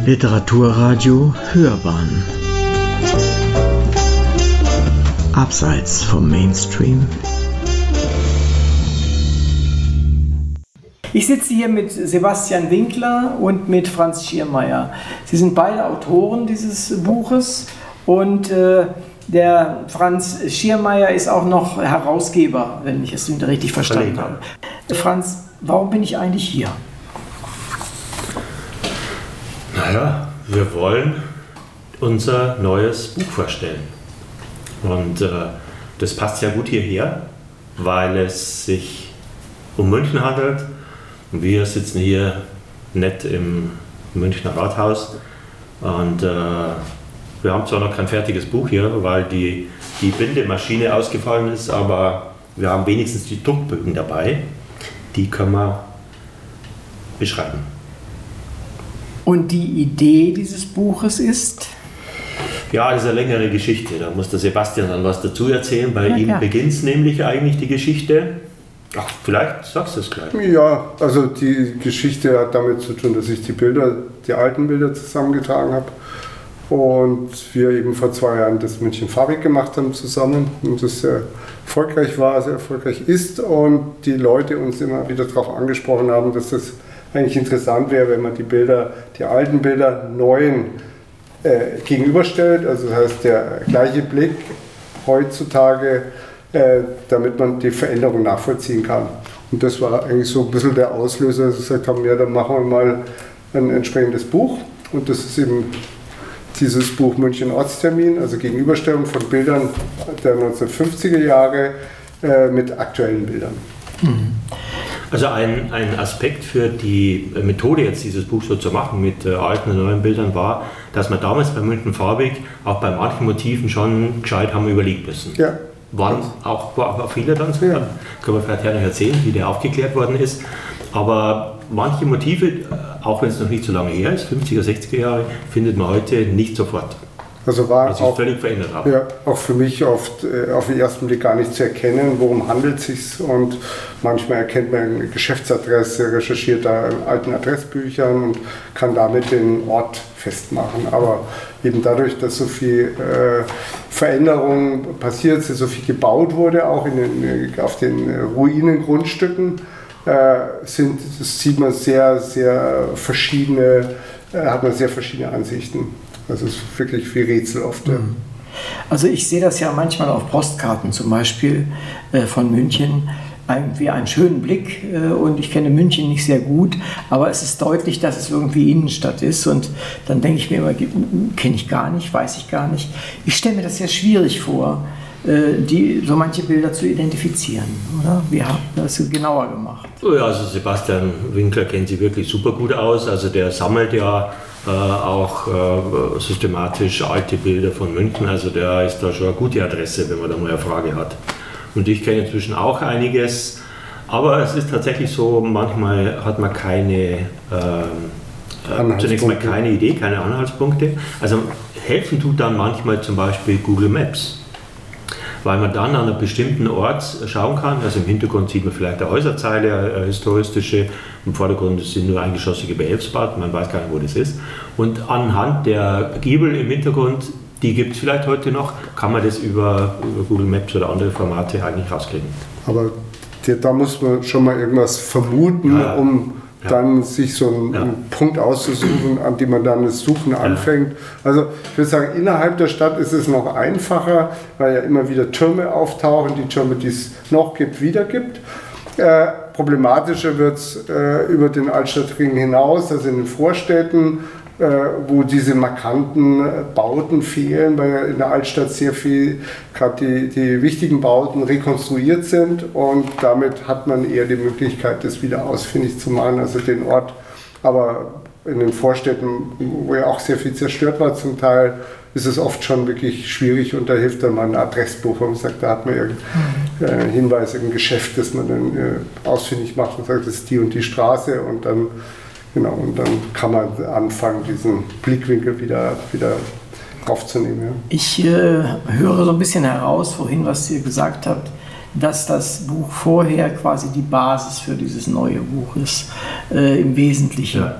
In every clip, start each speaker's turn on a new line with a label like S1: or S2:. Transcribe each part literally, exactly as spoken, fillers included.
S1: Literaturradio Hörbahn Abseits vom Mainstream.
S2: Ich sitze hier mit Sebastian Winkler und mit Franz Schiermeier. Sie sind beide Autoren dieses Buches und äh, der Franz Schiermeier ist auch noch Herausgeber, wenn ich es richtig verstanden habe. Franz, warum bin ich eigentlich hier?
S3: Naja, wir wollen unser neues Buch vorstellen. Und äh, das passt ja gut hierher, weil es sich um München handelt. Und wir sitzen hier nett im Münchner Rathaus. Und äh, wir haben zwar noch kein fertiges Buch hier, weil die, die Bindemaschine ausgefallen ist, aber wir haben wenigstens die Druckbögen dabei. Die können wir beschreiben.
S2: Und die Idee dieses Buches ist?
S3: Ja, das ist eine längere Geschichte. Da muss der Sebastian dann was dazu erzählen. Bei
S2: ja,
S3: ihm beginnt es nämlich eigentlich die Geschichte. Ach, vielleicht sagst du es gleich.
S4: Ja, also die Geschichte hat damit zu tun, dass ich die Bilder, die alten Bilder zusammengetragen habe. Und wir eben vor zwei Jahren das München farbig gemacht haben zusammen. Und das sehr erfolgreich war, sehr erfolgreich ist. Und die Leute uns immer wieder darauf angesprochen haben, dass das eigentlich interessant wäre, wenn man die Bilder, die alten Bilder neuen äh, gegenüberstellt. Also das heißt, der gleiche Blick heutzutage, äh, damit man die Veränderung nachvollziehen kann. Und das war eigentlich so ein bisschen der Auslöser, dass wir gesagt haben, ja, dann machen wir mal ein entsprechendes Buch. Und das ist eben dieses Buch München Ortstermin, also Gegenüberstellung von Bildern der neunzehnhundertfünfziger Jahre äh, mit aktuellen Bildern.
S2: Mhm.
S3: Also ein, ein Aspekt für die Methode, jetzt dieses Buch so zu machen mit äh, alten und neuen Bildern, war, dass wir damals bei München farbig auch bei manchen Motiven schon gescheit haben überlegen müssen.
S4: Ja.
S3: Waren auch, war auch viele dann so, ja. Dann können wir vielleicht ja noch erzählen, wie der aufgeklärt worden ist. Aber manche Motive, auch wenn es noch nicht so lange her ist, fünfziger, sechziger Jahre, findet man heute nicht sofort.
S4: Also war
S3: was sich
S4: auch,
S3: völlig verändert haben.
S4: Ja, auch für mich oft äh, auf den ersten Blick gar nicht zu erkennen, worum handelt es sich. Und manchmal erkennt man eine Geschäftsadresse, recherchiert da in alten Adressbüchern und kann damit den Ort festmachen. Aber eben dadurch, dass so viel äh, Veränderung passiert ist, so viel gebaut wurde, auch in den, auf den Ruinengrundstücken, äh, sind, das sieht man sehr, sehr verschiedene, äh, hat man sehr verschiedene Ansichten. Das ist wirklich wie Rätsel oft. Ja.
S2: Also ich sehe das ja manchmal auf Postkarten zum Beispiel äh, von München, irgendwie einen schönen Blick äh, und ich kenne München nicht sehr gut, aber es ist deutlich, dass es irgendwie Innenstadt ist und dann denke ich mir immer, kenne ich gar nicht, weiß ich gar nicht. Ich stelle mir das sehr schwierig vor, äh, die, so manche Bilder zu identifizieren, oder? Wie habt ihr das genauer gemacht?
S3: Ja, also Sebastian Winkler kennt sich wirklich super gut aus, also der sammelt ja Äh, auch äh, systematisch alte Bilder von München, also der ist da schon eine gute Adresse, wenn man da mal eine Frage hat. Und ich kenne inzwischen auch einiges, aber es ist tatsächlich so, manchmal hat man keine, äh, zunächst mal keine Idee, keine Anhaltspunkte. Also helfen tut dann manchmal zum Beispiel Google Maps, weil man dann an einem bestimmten Ort schauen kann. Also im Hintergrund sieht man vielleicht eine Häuserzeile, eine historistische, im Vordergrund sind nur eingeschossige Behelfsbauten, man weiß gar nicht, wo das ist. Und anhand der Giebel im Hintergrund, die gibt es vielleicht heute noch, kann man das über, über Google Maps oder andere Formate eigentlich rauskriegen.
S4: Aber die, da muss man schon mal irgendwas vermuten, ja, um ja. dann sich so einen, ja. einen Punkt auszusuchen, an dem man dann das Suchen anfängt. Ja. Also ich würde sagen, innerhalb der Stadt ist es noch einfacher, weil ja immer wieder Türme auftauchen, die Türme, die es noch gibt, wieder gibt. Äh, problematischer wird es äh, über den Altstadtring hinaus, also in den Vorstädten, äh, wo diese markanten Bauten fehlen, weil in der Altstadt sehr viel, gerade die, die wichtigen Bauten rekonstruiert sind und damit hat man eher die Möglichkeit, das wieder ausfindig zu machen, also den Ort. Aber in den Vorstädten, wo ja auch sehr viel zerstört war zum Teil, ist es oft schon wirklich schwierig und da hilft dann mal ein Adressbuch, wo man sagt, da hat man irgendeinen Hinweis, irgendein Geschäft, das man dann äh, ausfindig macht und sagt, das ist die und die Straße und dann, genau, und dann kann man anfangen, diesen Blickwinkel wieder, wieder aufzunehmen. Ja.
S2: Ich äh, höre so ein bisschen heraus, vorhin, was ihr gesagt habt, dass das Buch vorher quasi die Basis für dieses neue Buch ist, äh, im Wesentlichen.
S3: Ja.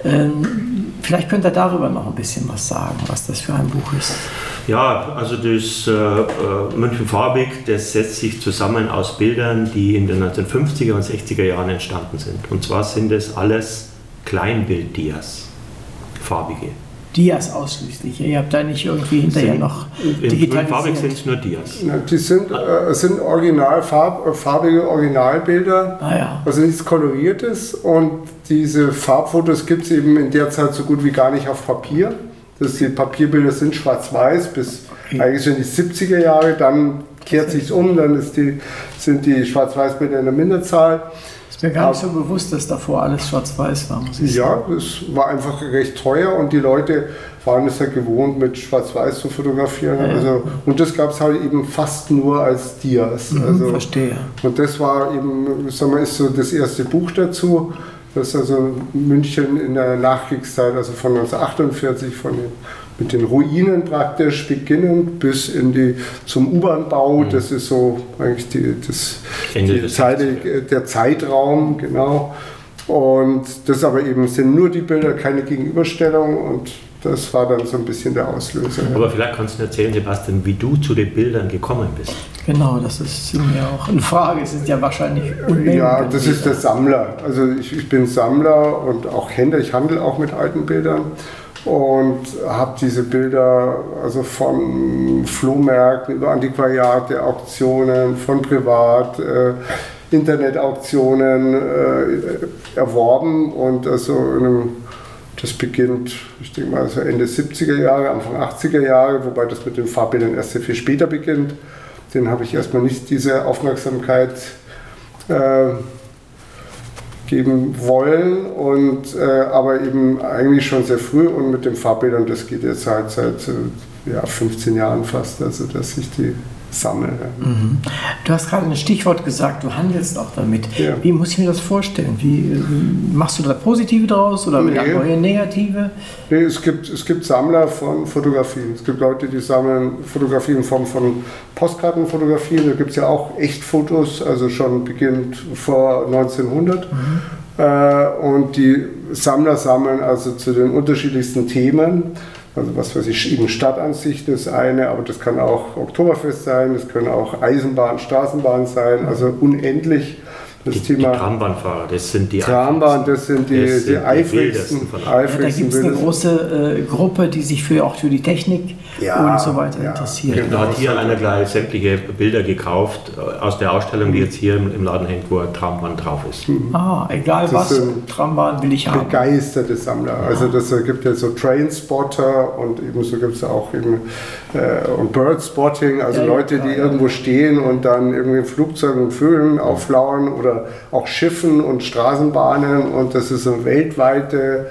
S2: Ähm, vielleicht könnt ihr darüber noch ein bisschen was sagen, was das für ein Buch ist.
S3: Ja, also das äh, München farbig, das setzt sich zusammen aus Bildern, die in den neunzehnhundertfünfziger und sechziger Jahren entstanden sind. Und zwar sind es alles Kleinbild-Dias, farbige.
S2: Dias ausschließlich. Ihr habt da nicht irgendwie hinterher noch digitalisiert.
S3: Farbig sind es nur Dias.
S4: Ja, die sind, äh, sind original farb, farbige Originalbilder,
S2: Ah, ja.
S4: also nichts Koloriertes. Und diese Farbfotos gibt es eben in der Zeit so gut wie gar nicht auf Papier. Das die Papierbilder sind schwarz-weiß bis
S2: Okay.
S4: eigentlich in die siebziger Jahre. Dann kehrt sich um, dann ist die, sind die Schwarz-Weiß-Bilder in der Minderzahl.
S2: Ist mir gar nicht so bewusst, dass davor alles schwarz-weiß war, muss ich
S4: Ja, es war einfach recht teuer und die Leute waren es ja gewohnt, mit Schwarz-Weiß zu fotografieren.
S2: Ja, ja.
S4: Also, und das gab es halt eben fast nur als Dias.
S2: Mhm,
S4: Also,
S2: verstehe.
S4: und das war eben, sagen wir, ist so das erste Buch dazu. Das ist also München in der Nachkriegszeit, also von neunzehnhundertachtundvierzig, von den, mit den Ruinen praktisch beginnend bis in die, zum U-Bahn-Bau. Mhm. Das ist so eigentlich die, das, die Zeit, der Zeitraum, genau. Und das aber eben sind nur die Bilder, keine Gegenüberstellung, und das war dann so ein bisschen der Auslöser.
S3: Aber vielleicht kannst du erzählen, Sebastian, wie du zu den Bildern gekommen bist.
S2: Genau, das ist mir auch eine Frage. Es sind ja wahrscheinlich Unmengen.
S4: Ja, das ist der Sammler. Also ich, ich bin Sammler und auch Händler. Ich handle auch mit alten Bildern und habe diese Bilder also von Flohmärkten über Antiquariate, Auktionen, von Privat, äh, Internetauktionen äh, erworben, und also in einem, das beginnt, ich denke mal, so Ende siebziger Jahre, Anfang achtziger Jahre, wobei das mit den Farbbildern erst sehr viel später beginnt. Den habe ich erstmal nicht diese Aufmerksamkeit äh, geben wollen, und, äh, aber eben eigentlich schon sehr früh, und mit den Farbbildern, das geht jetzt halt seit äh, ja, fünfzehn Jahren fast, also dass ich die sammle.
S2: Mhm. Du hast gerade ein Stichwort gesagt, du handelst auch damit.
S4: Ja.
S2: Wie muss ich mir das vorstellen? Wie, äh, machst du da Positive draus oder mit
S4: Nee.
S2: neue Negative?
S4: Nee, es gibt, es gibt Sammler von Fotografien. Es gibt Leute, die sammeln Fotografien in Form von Postkartenfotografien. Da gibt es ja auch Echtfotos, also schon beginnend vor neunzehnhundert. Mhm. Äh, und die Sammler sammeln also zu den unterschiedlichsten Themen. Also was weiß ich, eben Stadtansicht ist eine, aber das kann auch Oktoberfest sein, das können auch Eisenbahn, Straßenbahn sein, also unendlich. Das
S3: Die,
S4: Thema
S3: die Trambahn-Fahrer, das sind die
S4: Trambahn, das sind die,
S3: das sind
S4: die
S3: die
S4: eifrigsten.
S3: wildesten von allen.
S2: Ja, da
S4: eifrigsten
S2: gibt es eine
S4: wildesten.
S2: große äh, Gruppe, die sich für, auch für die Technik
S4: Ja,
S2: und so weiter
S4: ja,
S2: interessiert.
S4: genau.
S3: Da hat hier einer gleich sämtliche Bilder gekauft äh, aus der Ausstellung, die jetzt hier im, im Laden hängt, wo eine Trambahn drauf ist.
S2: Ah, egal
S4: Das
S2: was,
S4: sind
S2: Trambahn will ich haben.
S4: Begeisterte Sammler. Also das äh, gibt ja so Trainspotter, und ebenso gibt es auch eben äh, und Birdspotting, also
S2: Ja, ja,
S4: Leute,
S2: klar,
S4: die
S2: ja.
S4: irgendwo stehen und dann irgendwie Flugzeugen und Vögeln auflauern, oder auch Schiffen und Straßenbahnen, und das ist eine weltweite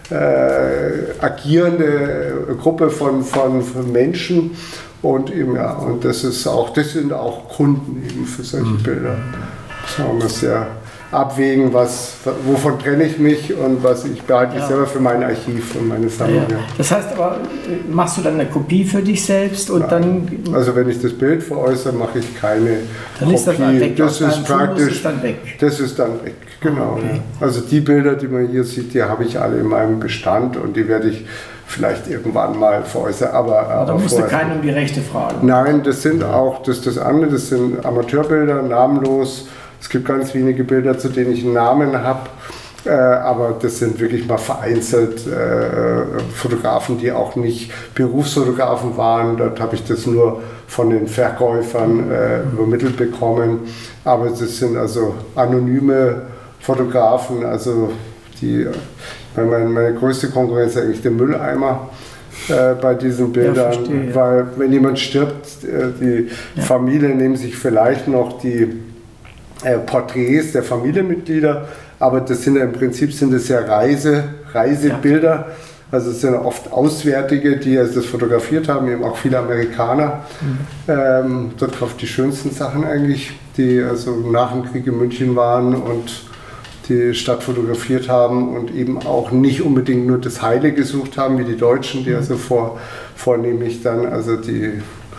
S4: äh, agierende Gruppe von, von, von Menschen, und eben ja, und das ist auch, das sind auch Kunden eben für solche
S2: Mhm.
S4: Bilder. Das haben wir sehr abwägen, was, wovon trenne ich mich und was ich behalte ich
S2: Ja.
S4: selber für mein Archiv und meine Sammlung.
S2: Ja. Das heißt aber, äh, machst du dann eine Kopie für dich selbst und dann,
S4: Also wenn ich das Bild veräußere, mache ich keine
S2: dann ist das dann weg.
S4: Das
S2: Aus deinem
S4: ist
S2: Fundus
S4: praktisch,
S2: ist dann weg.
S4: das ist dann weg, genau.
S2: Okay.
S4: Ja. Also die Bilder, die man hier sieht, die habe ich alle in meinem Bestand, und die werde ich vielleicht irgendwann mal veräußern. Aber,
S2: Da
S4: aber
S2: musst du
S4: vorher-
S2: keinen um die Rechte fragen.
S4: Nein, das sind auch, das das andere, das sind Amateurbilder, namenlos. Es gibt ganz wenige Bilder, zu denen ich einen Namen habe, äh, aber das sind wirklich mal vereinzelt äh, Fotografen, die auch nicht Berufsfotografen waren. Dort habe ich das nur von den Verkäufern äh, übermittelt bekommen. Aber das sind also anonyme Fotografen, also die, meine, meine größte Konkurrenz ist eigentlich der Mülleimer. Äh, bei diesen Bildern,
S2: verstehe, ja.
S4: weil wenn jemand stirbt, äh, die
S2: Ja.
S4: Familien nehmen sich vielleicht noch die äh, Porträts der Familienmitglieder, aber das sind ja im Prinzip sind das ja Reise, Reisebilder, also es sind ja oft Auswärtige, die also das fotografiert haben, eben auch viele Amerikaner.
S2: Mhm.
S4: Ähm, dort kauft die schönsten Sachen eigentlich, die also nach dem Krieg in München waren und die Stadt fotografiert haben und eben auch nicht unbedingt nur das Heile gesucht haben, wie die Deutschen, die also vor, vornehmlich dann also die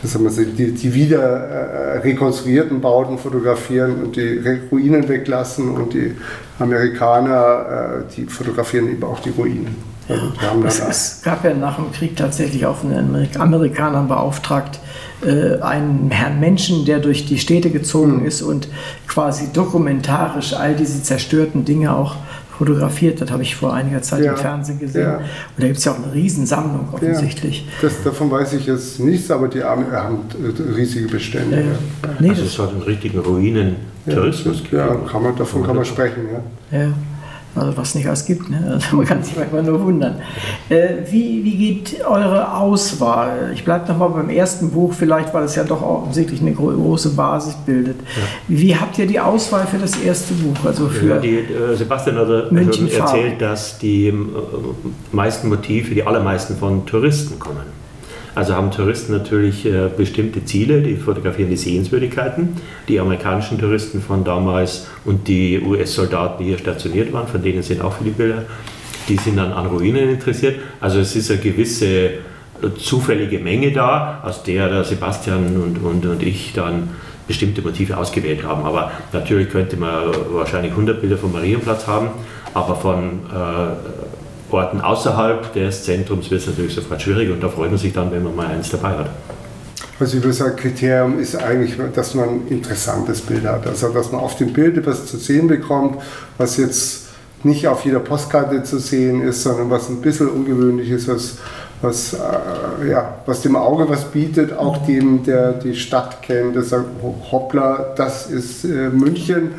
S4: sagen wir, die, die wieder äh, rekonstruierten Bauten fotografieren und die Ruinen weglassen und die Amerikaner, äh, die fotografieren eben auch die Ruinen. Also
S2: ja. es, es gab ja nach dem Krieg tatsächlich auch von den Amerikanern beauftragt, äh, einen Herrn Menschen, der durch die Städte gezogen mhm. ist und quasi dokumentarisch all diese zerstörten Dinge auch fotografiert. Das habe ich vor einiger Zeit ja. im Fernsehen gesehen. Ja. Und da gibt es ja auch eine Riesensammlung offensichtlich.
S4: Ja. Das, davon weiß ich jetzt nichts, aber die haben riesige Bestände. Ja.
S3: Ja. Nee, also es hat einen richtigen Ruinen-Tourismus.
S4: Ja, ja, kann man, davon kann man sprechen. Ja.
S2: Ja. Also was nicht alles gibt, ne? Also man kann sich manchmal nur wundern. Äh, wie, wie geht eure Auswahl? Ich bleibe nochmal beim ersten Buch vielleicht, weil es ja doch offensichtlich eine gro große Basis bildet. Ja. Wie habt ihr die Auswahl für das erste Buch? Also für
S3: ja, die, äh, Sebastian hat schon erzählt, dass die äh, meisten Motive, die allermeisten von Touristen kommen. Also haben Touristen natürlich äh, bestimmte Ziele, die fotografieren die Sehenswürdigkeiten. Die amerikanischen Touristen von damals und die U S-Soldaten, die hier stationiert waren, von denen sind auch viele Bilder, die sind dann an Ruinen interessiert. Also es ist eine gewisse äh, zufällige Menge da, aus der der Sebastian und, und, und ich dann bestimmte Motive ausgewählt haben. Aber natürlich könnte man wahrscheinlich hundert Bilder vom Marienplatz haben, aber von äh, Orten außerhalb des Zentrums wird es natürlich sofort schwierig und da freut man sich dann, wenn man mal eins dabei hat.
S4: Also ich würde sagen, Kriterium ist eigentlich, dass man ein interessantes Bild hat. Also dass man auf dem Bild etwas zu sehen bekommt, was jetzt nicht auf jeder Postkarte zu sehen ist, sondern was ein bisschen ungewöhnlich ist, was, was, äh, ja, was dem Auge was bietet, auch dem, der die Stadt kennt, der sagt, hoppla, das ist äh, München.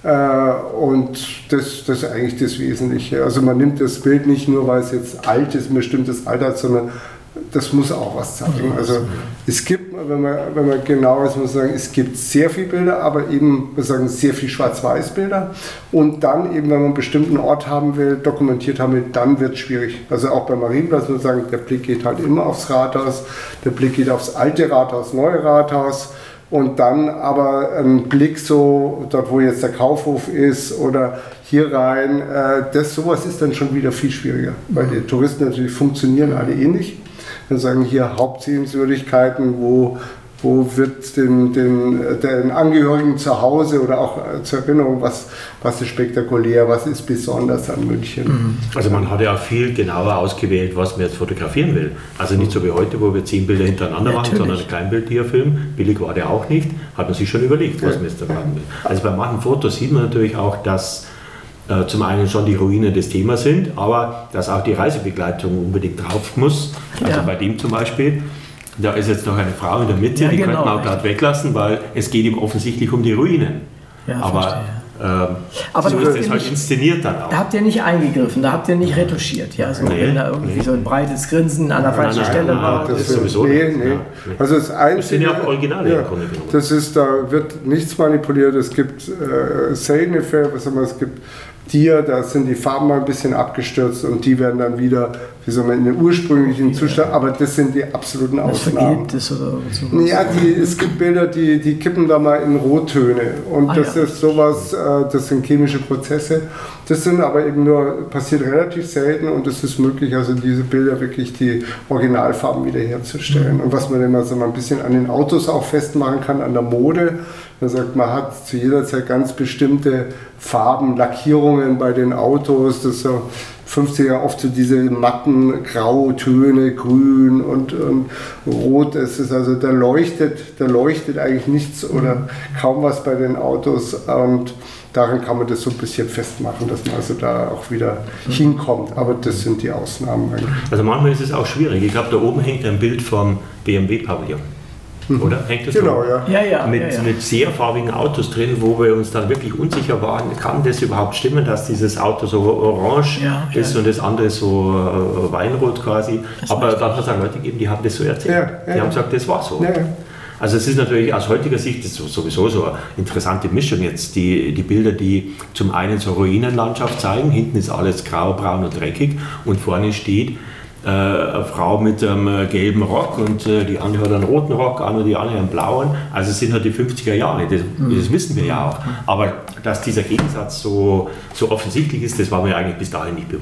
S4: Und das, das ist eigentlich das Wesentliche. Also man nimmt das Bild nicht nur, weil es jetzt alt ist, ein bestimmtes Alter hat, sondern das muss auch was zeigen. Also es gibt, wenn man, wenn man genau ist, muss man sagen, es gibt sehr viele Bilder, aber eben, wir sagen, sehr viel Schwarz-Weiß-Bilder. Und dann eben, wenn man einen bestimmten Ort haben will, dokumentiert haben will, dann wird es schwierig. Also auch beim Marienplatz muss man sagen, der Blick geht halt immer aufs Rathaus, der Blick geht aufs alte Rathaus, neue Rathaus. Und dann aber ein Blick so, dort wo jetzt der Kaufhof ist oder hier rein, äh, das, sowas ist dann schon wieder viel schwieriger, weil die Touristen natürlich funktionieren alle ähnlich. Wir sagen hier Hauptsehenswürdigkeiten, wo, wo wird den, den, den Angehörigen zu Hause oder auch zur Erinnerung, was, was ist spektakulär, was ist besonders an München.
S3: Also man hat ja auch viel genauer ausgewählt, was man jetzt fotografieren will. Also nicht so wie heute, wo wir zehn Bilder hintereinander machen, sondern ein Kleinbilddiafilm. Billig war der auch nicht, hat man sich schon überlegt, was man jetzt da machen will. Also bei manchen Fotos sieht man natürlich auch, dass äh, zum einen schon die Ruinen des Themas sind, aber dass auch die Reisebegleitung unbedingt drauf muss. Also ja. bei dem zum Beispiel. Da ist jetzt noch eine Frau in der Mitte, ja, die genau, könnte man auch gerade weglassen, weil es geht ihm offensichtlich um die Ruinen. Ja, aber ähm,
S2: aber
S3: so ist das halt
S2: nicht,
S3: inszeniert dann auch.
S2: Da habt ihr nicht eingegriffen, da habt ihr nicht retuschiert. Ja, also nee, wenn da irgendwie nee. so ein breites Grinsen an der falschen nein, nein,
S3: Stelle
S2: nein,
S3: war. Das ist sowieso
S4: nee, nee. Ja, nee. Also das, Einzige,
S3: das sind ja auch Originale
S4: ja,
S3: im Grunde genommen.
S4: Das ist, da wird nichts manipuliert, es gibt äh, seltene Fälle, was sagen wir, es gibt Tier, da sind die Farben mal ein bisschen abgestürzt und die werden dann wieder, wie soll man, in den ursprünglichen Zustand, aber das sind die absoluten Ausnahmen.
S2: Das oder sowas.
S4: Ja, die, es gibt Bilder, die, die kippen da mal in Rottöne und ah, das ja. ist sowas, das sind chemische Prozesse, das sind aber eben nur, passiert relativ selten und es ist möglich, also diese Bilder wirklich die Originalfarben wiederherzustellen. Mhm. Und was man immer so mal ein bisschen an den Autos auch festmachen kann, an der Mode, man sagt, man hat zu jeder Zeit ganz bestimmte Farben, Lackierungen bei den Autos, das ist so fünfziger oft so diese matten Grautöne, Grün und, und Rot. Es ist also, da leuchtet, da leuchtet eigentlich nichts oder kaum was bei den Autos und daran kann man das so ein bisschen festmachen, dass man also da auch wieder hinkommt. Aber das sind die Ausnahmen eigentlich.
S3: Also manchmal ist es auch schwierig. Ich glaube, da oben hängt ein Bild vom B M W-Pavillon. Oder? Hängt das
S4: genau, ja.
S2: Ja, ja,
S3: mit,
S2: ja, ja.
S3: mit sehr farbigen Autos drin, wo wir uns dann wirklich unsicher waren, kann das überhaupt stimmen, dass dieses Auto so orange
S2: ja,
S3: ist
S2: ja.
S3: und das andere so äh, weinrot quasi.
S2: Das
S3: Aber dann hat es auch Leute gegeben, die haben das so erzählt.
S4: Ja, ja,
S3: die
S4: ja.
S3: haben gesagt, das war so.
S4: Ja, ja.
S3: Also es ist natürlich aus heutiger Sicht das ist sowieso so eine interessante Mischung jetzt. Die, die Bilder, die zum einen so Ruinenlandschaft zeigen, hinten ist alles grau, braun und dreckig und vorne steht Äh, eine Frau mit einem äh, gelben Rock und äh, die andere hat einen roten Rock an und die andere einen blauen. Also es sind halt die fünfziger Jahre, das, das wissen wir ja auch. Aber dass dieser Gegensatz so, so offensichtlich ist, das war mir eigentlich bis dahin nicht bewusst.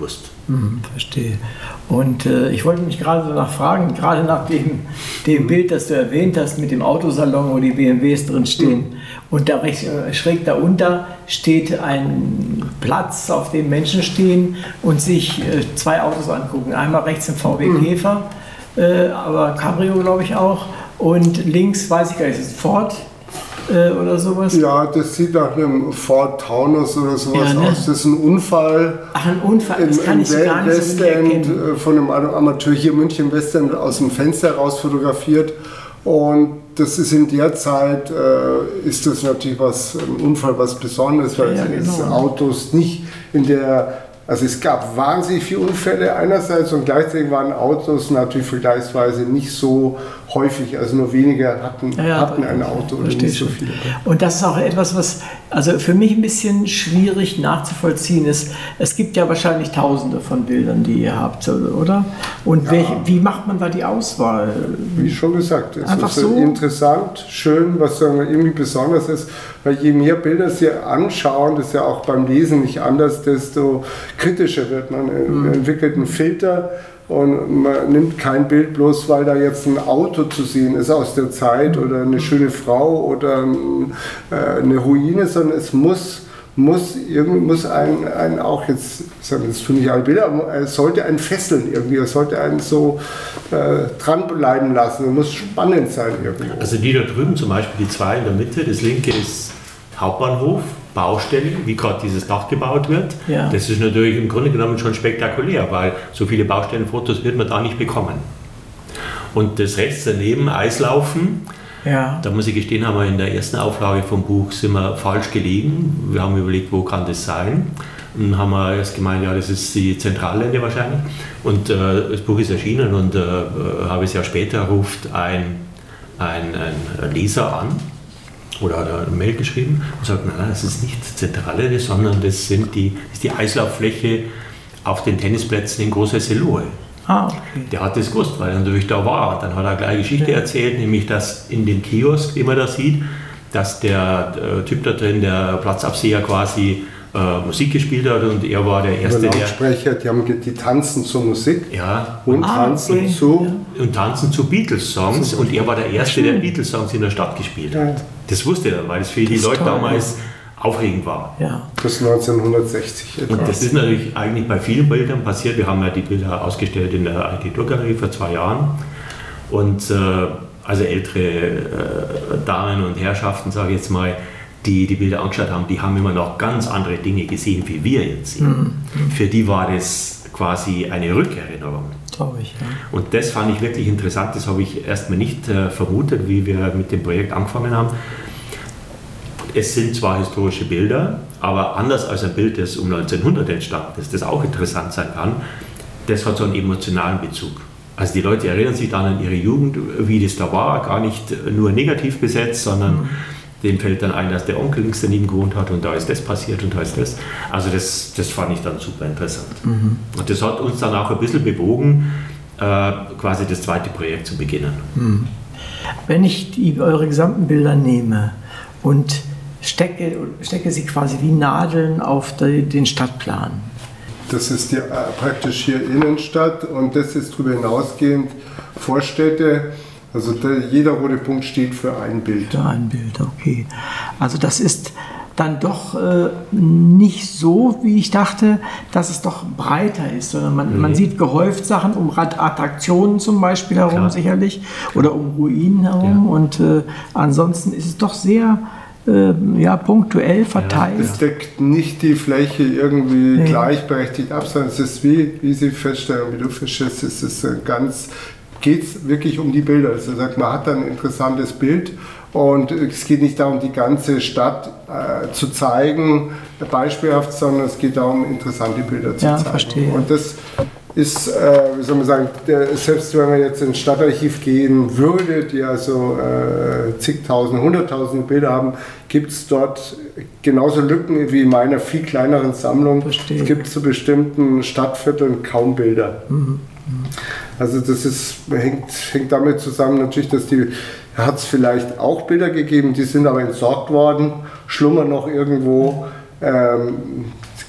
S2: Hm, verstehe. Und äh, ich wollte mich gerade so nach fragen, gerade nach dem, dem Bild, das du erwähnt hast, mit dem Autosalon, wo die B M Ws drin stehen. Mhm. Und da recht, äh, schräg darunter steht ein Platz, auf dem Menschen stehen und sich äh, zwei Autos angucken. Einmal rechts ein V W mhm. Käfer, äh, aber Cabrio glaube ich auch. Und links, weiß ich gar nicht, ist es Ford äh, oder sowas?
S4: Ja, das sieht nach einem Ford Taunus oder sowas ja, ne? aus. Das ist ein Unfall.
S2: Ach, ein Unfall, das im, kann ich so gar nicht so erkennen.
S4: Von einem Amateur hier München Westend aus dem Fenster raus fotografiert. Und das ist in der Zeit, äh, ist das natürlich was, ein Unfall, was Besonderes, weil ja, ja, genau. es Autos nicht in der... Also es gab wahnsinnig viele Unfälle einerseits und gleichzeitig waren Autos natürlich vergleichsweise nicht so häufig, also nur wenige hatten, ja, hatten ein Auto oder nicht so viele.
S2: Und das ist auch etwas, was also für mich ein bisschen schwierig nachzuvollziehen ist. Es gibt ja wahrscheinlich Tausende von Bildern, die ihr habt, oder? Und ja. welche, wie macht man da die Auswahl?
S4: Wie schon gesagt, es
S2: Einfach
S4: ist
S2: so?
S4: interessant, schön, was sagen wir, irgendwie besonders ist, weil je mehr Bilder Sie anschauen, das ist ja auch beim Lesen nicht anders, desto kritischer wird man. Man entwickelt einen Filter und man nimmt kein Bild bloß, weil da jetzt ein Auto zu sehen ist aus der Zeit oder eine schöne Frau oder eine Ruine, sondern es muss, muss, muss einen, einen auch jetzt, das tun nicht alle Bilder, aber es sollte einen fesseln irgendwie, es sollte einen so äh, dranbleiben lassen, es muss spannend sein irgendwo.
S3: Also die da drüben zum Beispiel, die zwei in der Mitte, das linke ist Hauptbahnhof, Baustelle, wie gerade dieses Dach gebaut wird. Ja. Das ist natürlich im Grunde genommen schon spektakulär, weil so viele Baustellenfotos wird man da nicht bekommen. Und das rechts daneben, Eislaufen, ja. da muss ich gestehen, haben wir in der ersten Auflage vom Buch sind wir falsch gelegen. Wir haben überlegt, wo kann das sein? Und dann haben wir erst gemeint, ja, das ist die Zentrallände wahrscheinlich. Und äh, das Buch ist erschienen und äh, ein halbes Jahr später ruft ein, ein, ein Leser an, oder hat er eine Mail geschrieben und sagt, nein, nein, das ist nicht Zentrale, sondern das sind die, ist die Eislauffläche auf den Tennisplätzen in Großhesselohe.
S2: Ah, okay.
S3: Der hat das gewusst, weil er natürlich da war. Und dann hat er eine kleine Geschichte ja. erzählt, nämlich dass in dem Kiosk, den man da sieht, dass der äh, Typ da drin, der Platzabseher quasi äh, Musik gespielt hat und er war der Erste,
S4: der Lautsprecher, die, haben, die tanzen zur Musik
S3: ja,
S4: und,
S3: ah,
S4: tanzen
S3: okay.
S4: zu
S3: und tanzen zu Beatles-Songs und er war der Erste, der Beatles-Songs in der Stadt gespielt hat. Ja. Das wusste er, weil es für das die Leute toll, damals aufregend war.
S2: Ja.
S4: Das ist neunzehnhundertsechzig. Etwas.
S3: Und das ist natürlich eigentlich bei vielen Bildern passiert. Wir haben ja die Bilder ausgestellt in der Architekturgalerie vor zwei Jahren. Und äh, also ältere äh, Damen und Herrschaften, sage ich jetzt mal, die die Bilder angeschaut haben, die haben immer noch ganz andere Dinge gesehen, wie wir jetzt sehen. Mhm. Für die war das quasi eine Rückerinnerung.
S2: Glaube ich, ja.
S3: Und das fand ich wirklich interessant, das habe ich erstmal nicht äh, vermutet, wie wir mit dem Projekt angefangen haben. Es sind zwar historische Bilder, aber anders als ein Bild, das um neunzehnhundert entstanden ist, das auch interessant sein kann, das hat so einen emotionalen Bezug. Also die Leute erinnern sich dann an ihre Jugend, wie das da war, gar nicht nur negativ besetzt, sondern mhm. dem fällt dann ein, dass der Onkel links daneben gewohnt hat und da ist das passiert und da ist das. Also das, das fand ich dann super interessant. Mhm. Und das hat uns dann auch ein bisschen bewogen, äh, quasi das zweite Projekt zu beginnen.
S2: Mhm. Wenn ich die, eure gesamten Bilder nehme und stecke, stecke sie quasi wie Nadeln auf die, den Stadtplan.
S4: Das ist die, äh, praktisch hier Innenstadt und das ist darüber hinausgehend Vorstädte. Also der, jeder rote Punkt steht für ein Bild.
S2: Für ein Bild, okay. Also das ist dann doch äh, nicht so, wie ich dachte, dass es doch breiter ist, sondern man, mhm. man sieht gehäuft Sachen um Attraktionen zum Beispiel herum Klar. sicherlich oder um Ruinen herum ja. und äh, ansonsten ist es doch sehr äh, ja, punktuell verteilt.
S4: Ja, es deckt nicht die Fläche irgendwie nee. gleichberechtigt ab, sondern es ist wie, wie Sie feststellen, wie du feststellst, es ist ganz... geht es wirklich um die Bilder. Also sagt, man hat dann ein interessantes Bild und es geht nicht darum, die ganze Stadt äh, zu zeigen, beispielhaft, sondern es geht darum, interessante Bilder zu
S2: ja,
S4: zeigen.
S2: Verstehe.
S4: Und das ist, äh, wie soll man sagen, der, selbst wenn man jetzt ins Stadtarchiv gehen würde, die also äh, zigtausend, hunderttausend Bilder haben, gibt es dort genauso Lücken wie in meiner viel kleineren Sammlung.
S2: Verstehe.
S4: Es gibt zu bestimmten Stadtvierteln kaum Bilder. Mhm. Also das ist, hängt, hängt damit zusammen natürlich, dass die, hat es vielleicht auch Bilder gegeben, die sind aber entsorgt worden, schlummern noch irgendwo. Ähm,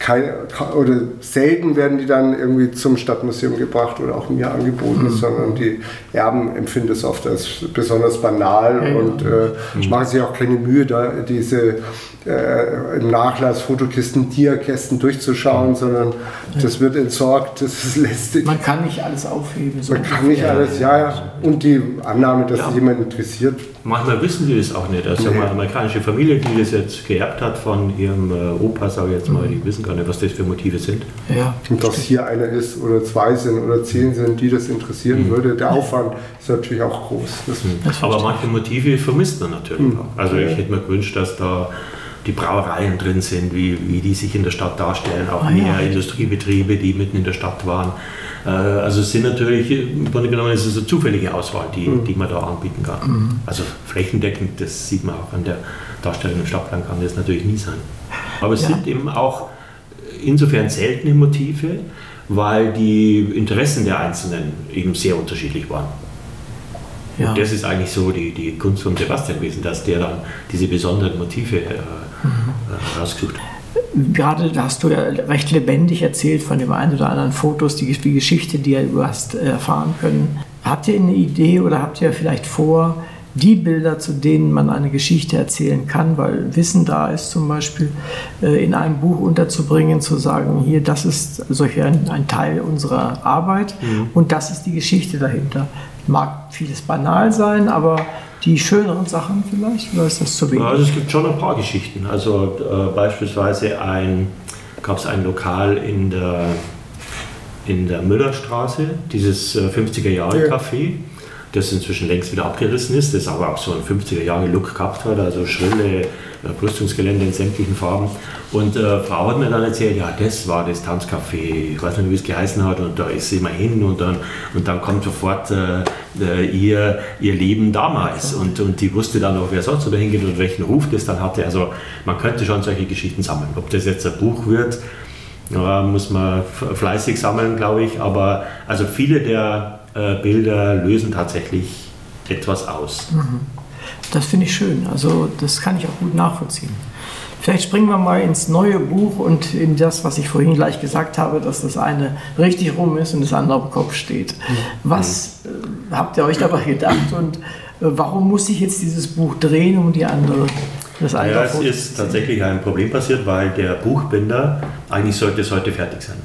S4: keine, oder selten werden die dann irgendwie zum Stadtmuseum gebracht oder auch mir angeboten, mhm. sondern die Erben empfinden es oft als besonders banal ja, und äh, mhm. machen sich auch keine Mühe, da diese äh, im Nachlass Fotokisten, Diakästen durchzuschauen, mhm. sondern ja. das wird entsorgt, das ist lästig.
S2: Man kann nicht alles aufheben. So
S4: Man kann nicht ja, alles, ja, ja. Und die Annahme, dass ja. sich jemand interessiert.
S3: Manchmal wissen die das auch nicht. Also nee. eine amerikanische Familie, die das jetzt geerbt hat von ihrem äh, Opa, sage ich jetzt mal, die wissen gar nicht, was das für Motive sind.
S2: Ja,
S4: und dass hier einer ist oder zwei sind oder zehn sind, die das interessieren mhm. würde, der Aufwand ist natürlich auch groß. Das
S3: das Aber manche Motive vermisst man natürlich mhm. auch. Also ich hätte mir gewünscht, dass da die Brauereien drin sind, wie, wie die sich in der Stadt darstellen, auch ah, mehr ja. Industriebetriebe, die mitten in der Stadt waren. Also es sind natürlich, im Grunde genommen ist es eine zufällige Auswahl, die, mhm. die man da anbieten kann. Mhm. Also flächendeckend, das sieht man auch an der Darstellung im Stadtplan, kann das natürlich nie sein. Aber es ja. sind eben auch insofern seltene Motive, weil die Interessen der Einzelnen eben sehr unterschiedlich waren. Ja. Und das ist eigentlich so die, die Kunst von Sebastian gewesen, dass der dann diese besonderen Motive äh, mhm. rausgesucht hat.
S2: Gerade hast du ja recht lebendig erzählt von dem einen oder anderen Fotos, die, die Geschichte, die du hast erfahren können. Habt ihr eine Idee oder habt ihr vielleicht vor, die Bilder, zu denen man eine Geschichte erzählen kann, weil Wissen da ist, zum Beispiel äh, in einem Buch unterzubringen, zu sagen, hier, das ist solch ein, ein Teil unserer Arbeit mhm. und das ist die Geschichte dahinter. Mag vieles banal sein, aber die schöneren Sachen vielleicht, oder ist das zu wenig?
S3: Also es gibt schon ein paar Geschichten. Also äh, beispielsweise ein, gab es ein Lokal in der, in der Müllerstraße, dieses äh, fünfziger-Jahre-Café, das inzwischen längst wieder abgerissen ist, das aber auch so einen fünfziger-Jahre-Look gehabt hat, also schrille äh, Brüstungsgelände in sämtlichen Farben. Und äh, Frau hat mir dann erzählt, ja, das war das Tanzcafé, ich weiß nicht, wie es geheißen hat, und da ist sie immer hin und dann, und dann kommt sofort äh, ihr, ihr Leben damals. Und, und die wusste dann auch, wer sonst da hingeht und welchen Ruf das dann hatte. Also man könnte schon solche Geschichten sammeln. Ob das jetzt ein Buch wird, ja, muss man fleißig sammeln, glaube ich. Aber also viele der äh, Bilder lösen tatsächlich etwas aus.
S2: Das finde ich schön. Also das kann ich auch gut nachvollziehen. Vielleicht springen wir mal ins neue Buch und in das, was ich vorhin gleich gesagt habe, dass das eine richtig rum ist und das andere auf dem Kopf steht. Was äh, habt ihr euch dabei gedacht und äh, warum muss ich jetzt dieses Buch drehen, um die andere, das eine
S3: Ja, es ist tatsächlich ein Problem passiert, weil der Buchbinder, eigentlich sollte es heute fertig sein.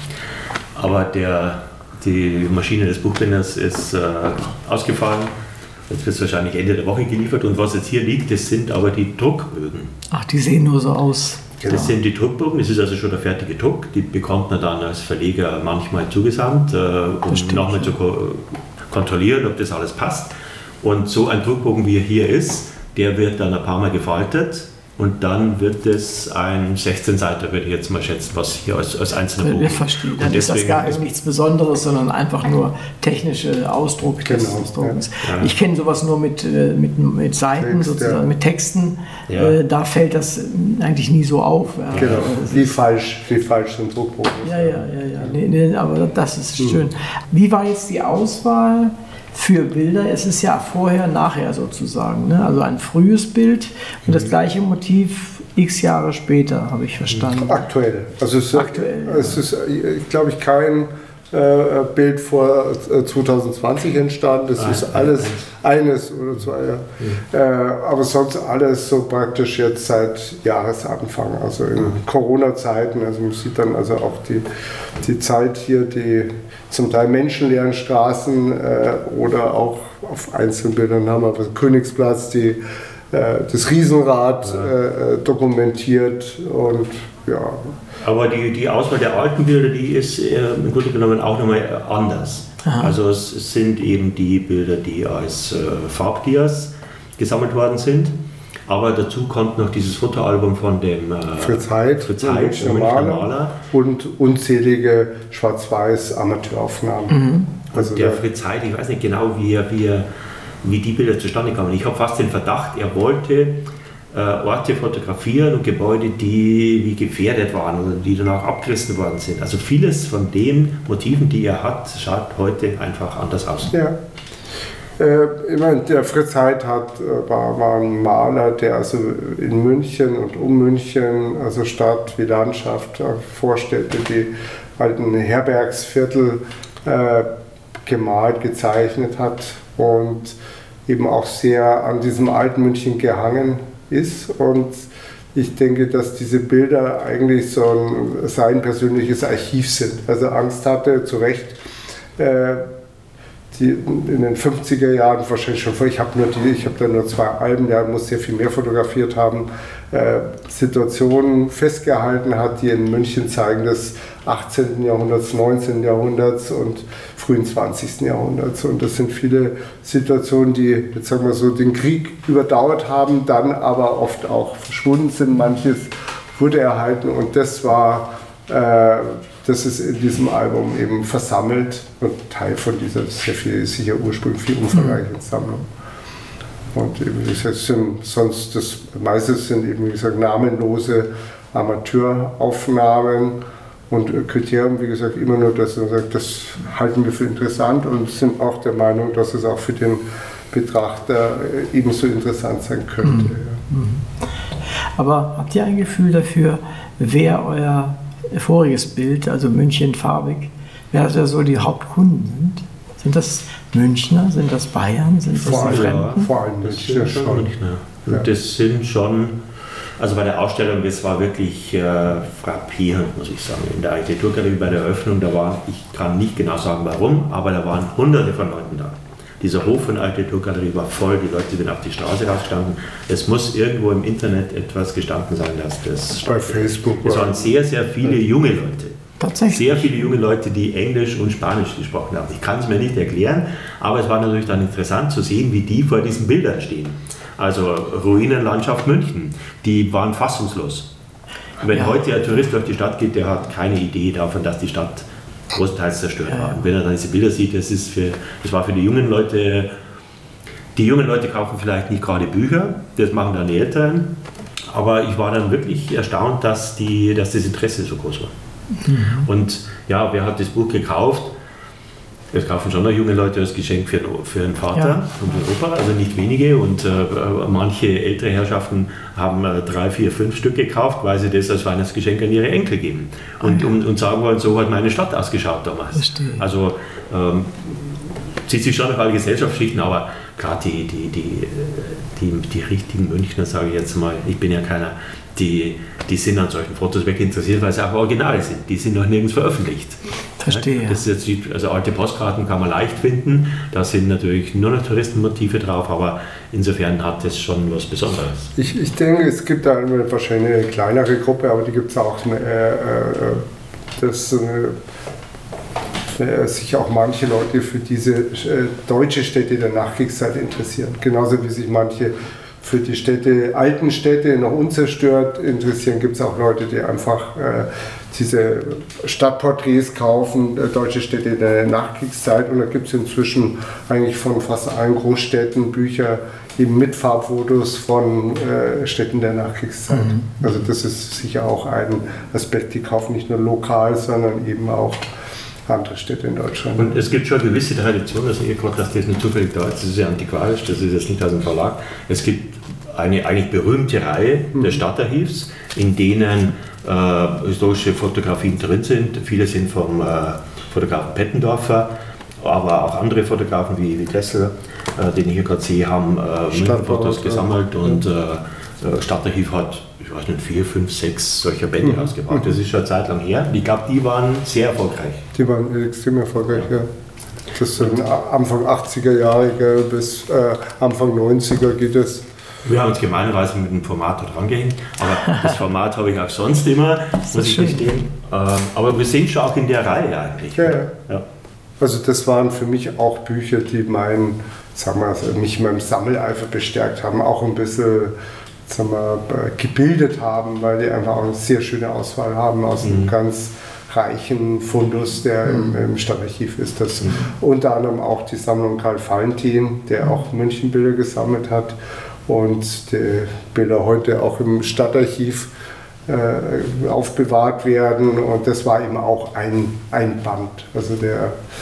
S3: Ja. Aber der, die Maschine des Buchbinders ist äh, ausgefallen. Jetzt wird es wahrscheinlich Ende der Woche geliefert und was jetzt hier liegt, das sind aber die Druckbögen.
S2: Ach, die sehen nur so aus.
S3: Genau. Das sind die Druckbögen, das ist also schon der fertige Druck, die bekommt man dann als Verleger manchmal zugesandt, äh, um nochmal zu ko- kontrollieren, ob das alles passt. Und so ein Druckbogen, wie er hier ist, der wird dann ein paar Mal gefaltet und dann wird es ein sechzehn-Seiter, würde ich jetzt mal schätzen, was hier als, als einzelner Bogen.
S2: Wir verstehen, dann ist das gar nichts Besonderes, sondern einfach nur technische Ausdruck des genau, Ausdrucks. Ja. Ich kenne sowas nur mit, mit, mit Seiten, Text, sozusagen, ja. mit Texten. Ja. Da fällt das eigentlich nie so auf.
S4: Genau, wie falsch, wie falsch so ein Druckbogen ist.
S2: Ja, ja, ja, ja. Nee, nee, aber das ist mhm. schön. Wie war jetzt die Auswahl für Bilder? Es ist ja vorher, nachher sozusagen. Ne? Also ein frühes Bild und das gleiche Motiv x Jahre später, habe ich verstanden.
S4: Aktuell. Also es,
S2: Aktuell,
S4: es ist, glaube ich, kein äh, Bild vor äh, zwanzig zwanzig entstanden. Das Nein, ist alles eines oder zwei. Ja. Äh, aber sonst alles so praktisch jetzt seit Jahresanfang, also in Corona-Zeiten. Also man sieht dann also auch die, die Zeit hier, die zum Teil menschenleeren Straßen äh, oder auch auf Einzelbildern haben wir Königsplatz, die, äh, das Riesenrad äh, dokumentiert und ja.
S3: Aber die, die Auswahl der alten Bilder, die ist äh, im Grunde genommen auch nochmal anders. Aha. Also es sind eben die Bilder, die als äh, Farbdias gesammelt worden sind. Aber dazu kommt noch dieses Fotoalbum von dem äh,
S4: Fritz Heid,
S3: Fritz Heid
S4: Münchner Maler, Maler und unzählige Schwarz-Weiß Amateuraufnahmen. Mhm.
S3: Also der, der Fritz Heid, ich weiß nicht genau, wie, er, wie, er, wie die Bilder zustande kamen. Ich habe fast den Verdacht, er wollte äh, Orte fotografieren und Gebäude, die wie gefährdet waren oder die danach abgerissen worden sind. Also vieles von den Motiven, die er hat, schaut heute einfach anders aus.
S4: Ja. Äh, ich meine, der Fritz Heid hat, war, war ein Maler, der also in München und um München, also Stadt wie Landschaft, Vorstädte, die alten Herbergsviertel äh, gemalt, gezeichnet hat und eben auch sehr an diesem alten München gehangen ist. Und ich denke, dass diese Bilder eigentlich so ein, sein persönliches Archiv sind. Also Angst hatte, zu Recht, äh, die in den fünfziger Jahren wahrscheinlich schon vor, ich habe nur die, ich habe da nur zwei Alben, der muss sehr viel mehr fotografiert haben, äh, Situationen festgehalten hat, die in München zeigen, des achtzehnten Jahrhunderts, neunzehnten Jahrhunderts und frühen zwanzigsten Jahrhunderts. Und das sind viele Situationen, die, jetzt sagen wir so, den Krieg überdauert haben, dann aber oft auch verschwunden sind. Manches wurde erhalten und das war äh, das ist in diesem Album eben versammelt und Teil von dieser sehr viel, sicher ursprünglich viel umfangreichen Sammlung. Und eben, wie gesagt, sind sonst das meiste sind eben, wie gesagt, namenlose Amateuraufnahmen und Kriterium, wie gesagt, immer nur, dass man sagt, das halten wir für interessant und sind auch der Meinung, dass es auch für den Betrachter ebenso interessant sein könnte.
S2: Mhm. Ja. Aber habt ihr ein Gefühl dafür, wer euer voriges Bild, also München farbig, wer da so die Hauptkunden sind? Sind das Münchner, sind das Bayern, sind das
S4: vor
S2: die
S4: allem,
S2: Fremden?
S4: Ja, vor allem Münchner
S3: schon.
S4: schon.
S3: Münchner. Und ja. Das sind schon, also bei der Ausstellung, das war wirklich äh, frappierend, muss ich sagen. In der Architekturgalerie bei der Eröffnung, da waren, ich kann nicht genau sagen warum, aber da waren hunderte von Leuten da. Dieser Hof von der Architekturgalerie war voll, die Leute sind auf die Straße rausgestanden. Es muss irgendwo im Internet etwas gestanden sein, dass das...
S4: Bei Facebook.
S3: Es waren sehr, sehr viele junge Leute.
S2: Tatsächlich.
S3: Sehr viele junge Leute, die Englisch und Spanisch gesprochen haben. Ich kann es mir nicht erklären, aber es war natürlich dann interessant zu sehen, wie die vor diesen Bildern stehen. Also Ruinenlandschaft München, die waren fassungslos. Wenn ja. heute ein Tourist durch die Stadt geht, der hat keine Idee davon, dass die Stadt großteils zerstört ja. war. Und wenn er dann diese Bilder sieht, das, ist für, das war für die jungen Leute, die jungen Leute kaufen vielleicht nicht gerade Bücher, das machen dann die Eltern, aber ich war dann wirklich erstaunt, dass, die, dass das Interesse so groß war. Mhm. Und ja, wer hat das Buch gekauft? Das kaufen schon noch junge Leute als Geschenk für, für einen Vater ja. und für Opa, also nicht wenige. Und äh, manche ältere Herrschaften haben äh, drei, vier, fünf Stück gekauft, weil sie das als Weihnachtsgeschenk an ihre Enkel geben. Und, und, und sagen wollen, so hat meine Stadt ausgeschaut damals. Verstehe. Also ähm, zieht sich schon auf alle Gesellschaftsschichten, aber gerade die, die, die, die, die richtigen Münchner, sage ich jetzt mal, ich bin ja keiner, die, die sind an solchen Fotos wirklich interessiert, weil sie auch Originale sind. Die sind noch nirgends veröffentlicht.
S2: Verstehe.
S3: Das ist jetzt, also alte Postkarten kann man leicht finden, da sind natürlich nur noch Touristenmotive drauf, aber insofern hat das schon was Besonderes.
S4: Ich, ich denke, es gibt da wahrscheinlich eine kleinere Gruppe, aber die gibt es auch, äh, äh, dass äh, sich auch manche Leute für diese äh, deutsche Städte der Nachkriegszeit interessieren. Genauso wie sich manche für die Städte, alten Städte, noch unzerstört interessieren, gibt es auch Leute, die einfach äh, diese Stadtporträts kaufen, äh, deutsche Städte der Nachkriegszeit. Und da gibt es inzwischen eigentlich von fast allen Großstädten Bücher eben mit Farbfotos von äh, Städten der Nachkriegszeit. Mhm. Also das ist sicher auch ein Aspekt, die kaufen nicht nur lokal, sondern eben auch andere Städte in Deutschland.
S3: Und es gibt schon eine gewisse Tradition, also ihr gerade, dass das nicht zufällig da ist, das ist ja antiquarisch, das ist jetzt nicht aus dem Verlag. Es gibt eine eigentlich berühmte Reihe mhm. des Stadtarchivs, in denen äh, historische Fotografien drin sind. Viele sind vom äh, Fotografen Pettendorfer, aber auch andere Fotografen wie, wie Dressel, äh, den ich hier gerade sehe, haben äh, Fotos gesammelt und äh, Stadtarchiv hat, ich weiß nicht, vier, fünf, sechs solcher Bände mhm. rausgebracht. Das ist schon eine Zeit lang her. Ich glaube, die waren sehr erfolgreich.
S4: Die waren extrem erfolgreich, ja. Das sind Anfang achtziger Jahre bis äh, Anfang neunziger geht es.
S3: Wir haben uns gemeinerweise mit dem Format dort rangehängt, aber das Format habe ich auch sonst immer, muss ich gestehen. Ähm, aber wir sind schon auch in der Reihe eigentlich.
S4: Ja, ja. Ja. Also das waren für mich auch Bücher, die mein, sagen wir, mich in meinem Sammeleifer bestärkt haben, auch ein bisschen, sagen wir, gebildet haben, weil die einfach auch eine sehr schöne Auswahl haben aus einem mhm. ganz reichen Fundus, der im, im Stadtarchiv ist. Das mhm. unter anderem auch die Sammlung Karl Valentin, der auch Münchenbilder gesammelt hat und die Bilder heute auch im Stadtarchiv äh, aufbewahrt werden. Und das war eben auch ein, ein Band. Also der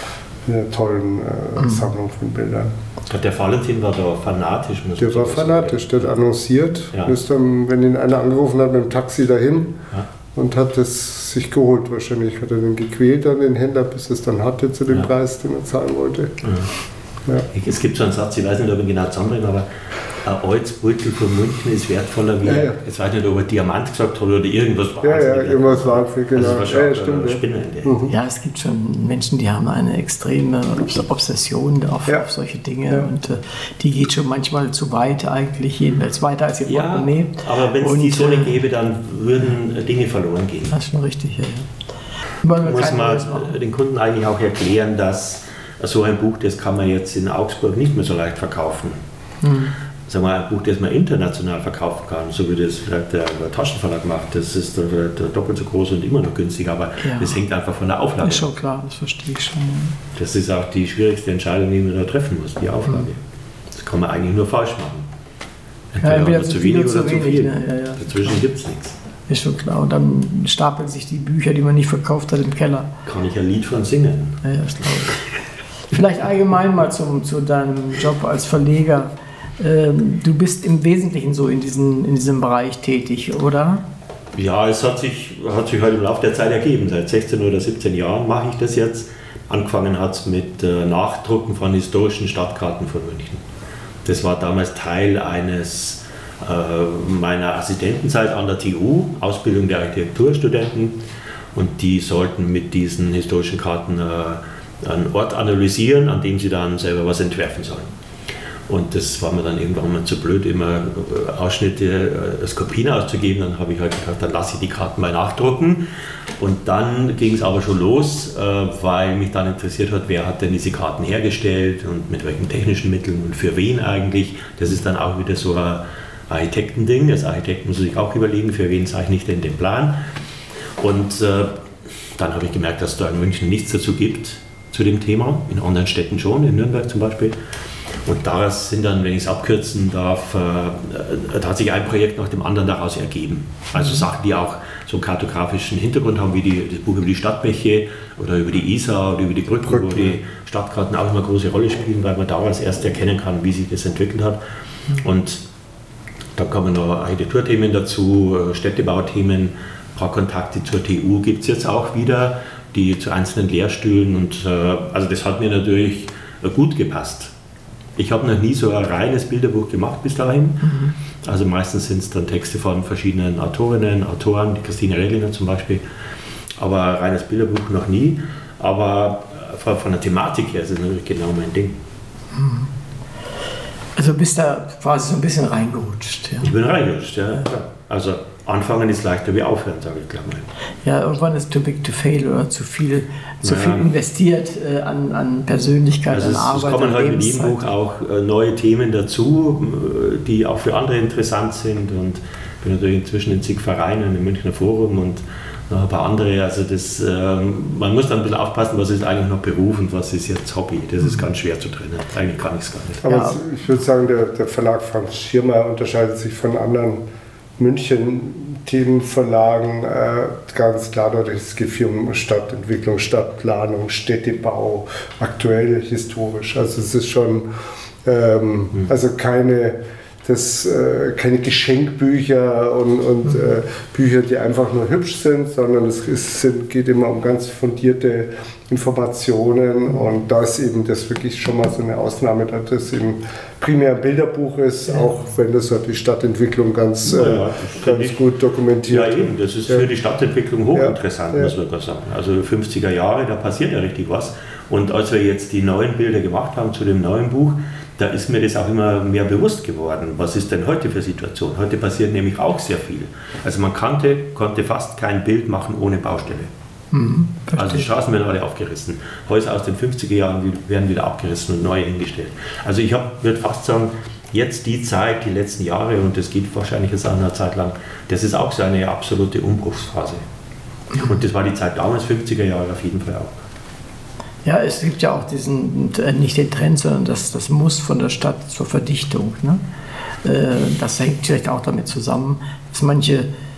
S4: einer tollen äh, mhm. Sammlung von Bildern.
S3: Der Valentin war da fanatisch.
S4: Der war fanatisch, der hat annonciert, ja. Ist dann, wenn ihn einer angerufen hat, mit dem Taxi dahin ja. und hat es sich geholt wahrscheinlich. Hat er den gequält an den Händler, bis es dann hatte zu dem ja. Preis, den er zahlen wollte.
S3: Ja. Ja. Es gibt so einen Satz, ich weiß nicht, ob ich ihn genau zusammenbringe, aber ein Altsbeutel von München ist wertvoller wie, ja, ja. jetzt weiß ich nicht, ob er Diamant gesagt hat oder irgendwas
S4: Wahnsinniges. Ja, ja, irgendwas Wahnsinniges, genau.
S3: Also ja, ja, stimmt, Spinne,
S2: mhm. ja, es gibt schon Menschen, die haben eine extreme Obsession auf, ja. auf solche Dinge ja. und äh, die geht schon manchmal zu weit eigentlich, jedenfalls weiter als ihr Portemonnaie.
S3: Ja, aber wenn es die so nicht gäbe, dann würden Dinge verloren gehen.
S2: Das ist schon richtig, ja.
S3: ja. Muss man den Kunden eigentlich auch erklären, dass so ein Buch, das kann man jetzt in Augsburg nicht mehr so leicht verkaufen. Mhm. Sagen wir, ein Buch, das man international verkaufen kann, so wie das vielleicht der Taschenverlag macht, das ist vielleicht doppelt so groß und immer noch günstig, aber ja. das hängt einfach von der Auflage ab.
S2: Ist schon klar, das verstehe ich schon.
S3: Das ist auch die schwierigste Entscheidung, die man da treffen muss, die Auflage. Mhm. Das kann man eigentlich nur falsch machen. Entweder, ja, entweder zu wenig oder zu viel. Ne? Ja, ja. Dazwischen gibt es nichts.
S2: Ist schon klar. Und dann stapeln sich die Bücher, die man nicht verkauft hat, im Keller.
S3: Kann ich ein Lied von singen.
S2: Ja, ja, das glaube ich. Vielleicht allgemein mal zum, zu deinem Job als Verleger. Du bist im Wesentlichen so in, diesen, in diesem Bereich tätig, oder?
S3: Ja, es hat sich, hat sich halt im Laufe der Zeit ergeben. Seit sechzehn oder siebzehn Jahren mache ich das jetzt. Angefangen hat es mit äh, Nachdrucken von historischen Stadtkarten von München. Das war damals Teil eines äh, meiner Assistentenzeit an der T U, Ausbildung der Architekturstudenten. Und die sollten mit diesen historischen Karten äh, einen Ort analysieren, an dem sie dann selber was entwerfen sollen. Und das war mir dann irgendwann mal zu blöd, immer Ausschnitte als Kopien auszugeben. Dann habe ich halt gedacht, dann lasse ich die Karten mal nachdrucken. Und dann ging es aber schon los, weil mich dann interessiert hat, wer hat denn diese Karten hergestellt und mit welchen technischen Mitteln und für wen eigentlich. Das ist dann auch wieder so ein Architektending. Als Architekt muss man sich auch überlegen, für wen zeichne ich denn den Plan. Und äh, dann habe ich gemerkt, dass es da in München nichts dazu gibt, zu dem Thema. In anderen Städten schon, in Nürnberg zum Beispiel. Und daraus sind dann, wenn ich es abkürzen darf, äh, hat sich ein Projekt nach dem anderen daraus ergeben. Also Sachen, die auch so einen kartografischen Hintergrund haben, wie die, das Buch über die Stadtbäche oder über die Isar oder über die Brücken, Brücken. Wo die Stadtkarten auch immer eine große Rolle spielen, weil man daraus erst erkennen kann, wie sich das entwickelt hat. Und da kommen noch Architekturthemen dazu, Städtebauthemen, ein paar Kontakte zur T U gibt es jetzt auch wieder, die zu einzelnen Lehrstühlen. Und äh, also das hat mir natürlich gut gepasst. Ich habe noch nie so ein reines Bilderbuch gemacht bis dahin. Mhm. Also meistens sind es dann Texte von verschiedenen Autorinnen, Autoren, die Christine Redlinger zum Beispiel. Aber ein reines Bilderbuch noch nie. Aber von, von der Thematik her ist es natürlich genau mein Ding.
S2: Also bist da quasi so ein bisschen reingerutscht. Ja.
S3: Ich bin reingerutscht, ja. ja. Also anfangen ist leichter wie aufhören, sage ich gleich mal.
S2: Ja, irgendwann ist too big to fail oder zu viel, zu naja. viel investiert äh, an, an Persönlichkeit,
S3: also
S2: an
S3: es,
S2: Arbeit.
S3: Es kommen halt mit jedem Buch auch äh, neue Themen dazu, äh, die auch für andere interessant sind. Und ich bin natürlich inzwischen in zig Vereinen, im Münchner Forum und noch ein paar andere. Also das, äh, man muss dann ein bisschen aufpassen, was ist eigentlich noch Beruf und was ist jetzt Hobby. Das ist ganz schwer zu trennen. Eigentlich kann ich es gar nicht.
S4: Aber ja. ich würde sagen, der, der Verlag Franz Schirmer unterscheidet sich von anderen München-Themenverlagen äh, ganz klar dadurch, es geht viel um Stadtentwicklung, Stadtplanung, Städtebau, aktuell, historisch. Also es ist schon ähm, mhm. also keine, das, äh, keine Geschenkbücher und, und mhm. äh, Bücher, die einfach nur hübsch sind, sondern es ist, sind, geht immer um ganz fundierte Informationen und da ist eben das wirklich schon mal so eine Ausnahme, dass das eben primär ein Bilderbuch ist, ja. auch wenn das halt die Stadtentwicklung ganz, ja, äh, ganz ich, gut dokumentiert.
S3: Ja eben, das ist ja. für die Stadtentwicklung hochinteressant, ja. muss man mal sagen. Also fünfziger Jahre, da passiert ja richtig was und als wir jetzt die neuen Bilder gemacht haben zu dem neuen Buch, da ist mir das auch immer mehr bewusst geworden. Was ist denn heute für Situation? Heute passiert nämlich auch sehr viel. Also man kannte, konnte fast kein Bild machen ohne Baustelle. Mhm, also die Straßen werden alle aufgerissen. Häuser aus den fünfziger Jahren werden wieder abgerissen und neu hingestellt. Also ich würde fast sagen, jetzt die Zeit, die letzten Jahre, und das geht wahrscheinlich jetzt auch eine Zeit lang, das ist auch so eine absolute Umbruchsphase. Und das war die Zeit damals, fünfziger Jahre auf jeden Fall auch.
S2: Ja, es gibt ja auch diesen, nicht den Trend, sondern das, das Muss von der Stadt zur Verdichtung. Ne? Das hängt vielleicht auch damit zusammen, dass manche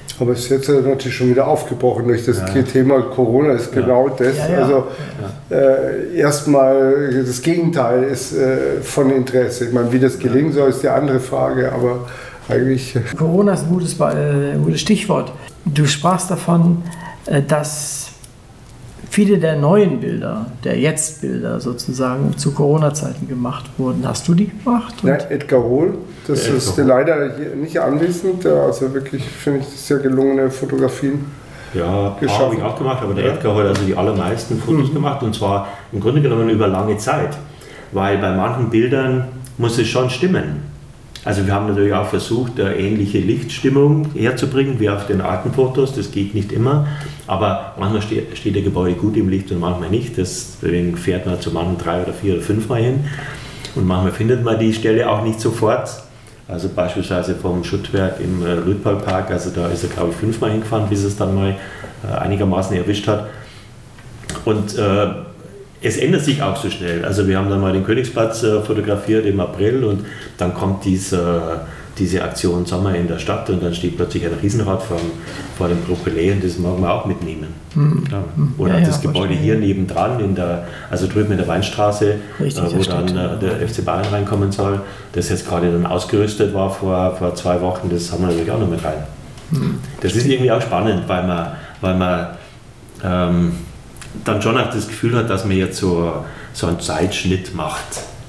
S4: Aber es ist jetzt natürlich schon wieder aufgebrochen durch das
S3: ja.
S4: Thema Corona, ist ja. genau das.
S2: Ja, ja.
S4: Also ja. äh, erstmal das Gegenteil ist äh, von Interesse. Ich meine, wie das gelingen soll, ist die andere Frage, aber eigentlich...
S2: Corona ist ein gutes, äh, ein gutes Stichwort. Du sprachst davon, äh, dass viele der neuen Bilder, der Jetzt-Bilder sozusagen zu Corona-Zeiten gemacht wurden. Hast du die gemacht?
S4: Nein, Edgar Hohl, das
S3: ja,
S4: ist leider hier nicht anwesend, also wirklich, finde ich, sehr gelungene Fotografien.
S3: Ja, habe ich auch gemacht, aber der ja. Edgar hat also die allermeisten Fotos mhm. gemacht, und zwar im Grunde genommen über lange Zeit, weil bei manchen Bildern muss es schon stimmen. Also wir haben natürlich auch versucht, eine ähnliche Lichtstimmung herzubringen wie auf den alten Fotos. Das geht nicht immer, aber manchmal steht, steht der Gebäude gut im Licht und manchmal nicht. Deswegen fährt man zu manchen drei oder vier oder fünfmal hin, und manchmal findet man die Stelle auch nicht sofort. Also beispielsweise vom Schuttwerk im äh, Luitpoldpark, also da ist er, glaube ich, fünfmal hingefahren, bis es dann mal äh, einigermaßen erwischt hat. Und äh, es ändert sich auch so schnell. Also wir haben dann mal den Königsplatz äh, fotografiert im April, und dann kommt diese, diese Aktion Sommer in der Stadt, und dann steht plötzlich ein Riesenrad vor, vor dem Propylä, und das mag man auch mitnehmen. Mhm. Ja. Oder ja, das ja, Gebäude hier nebendran, in der, also drüben in der Weinstraße, Richtig, äh, wo dann äh, der F C Bayern reinkommen soll, das jetzt gerade dann ausgerüstet war vor, vor zwei Wochen, das haben wir natürlich auch noch mit rein. Mhm. Das ist irgendwie auch spannend, weil man, weil man ähm, dann schon auch das Gefühl hat, dass man jetzt so, so einen Zeitschnitt macht.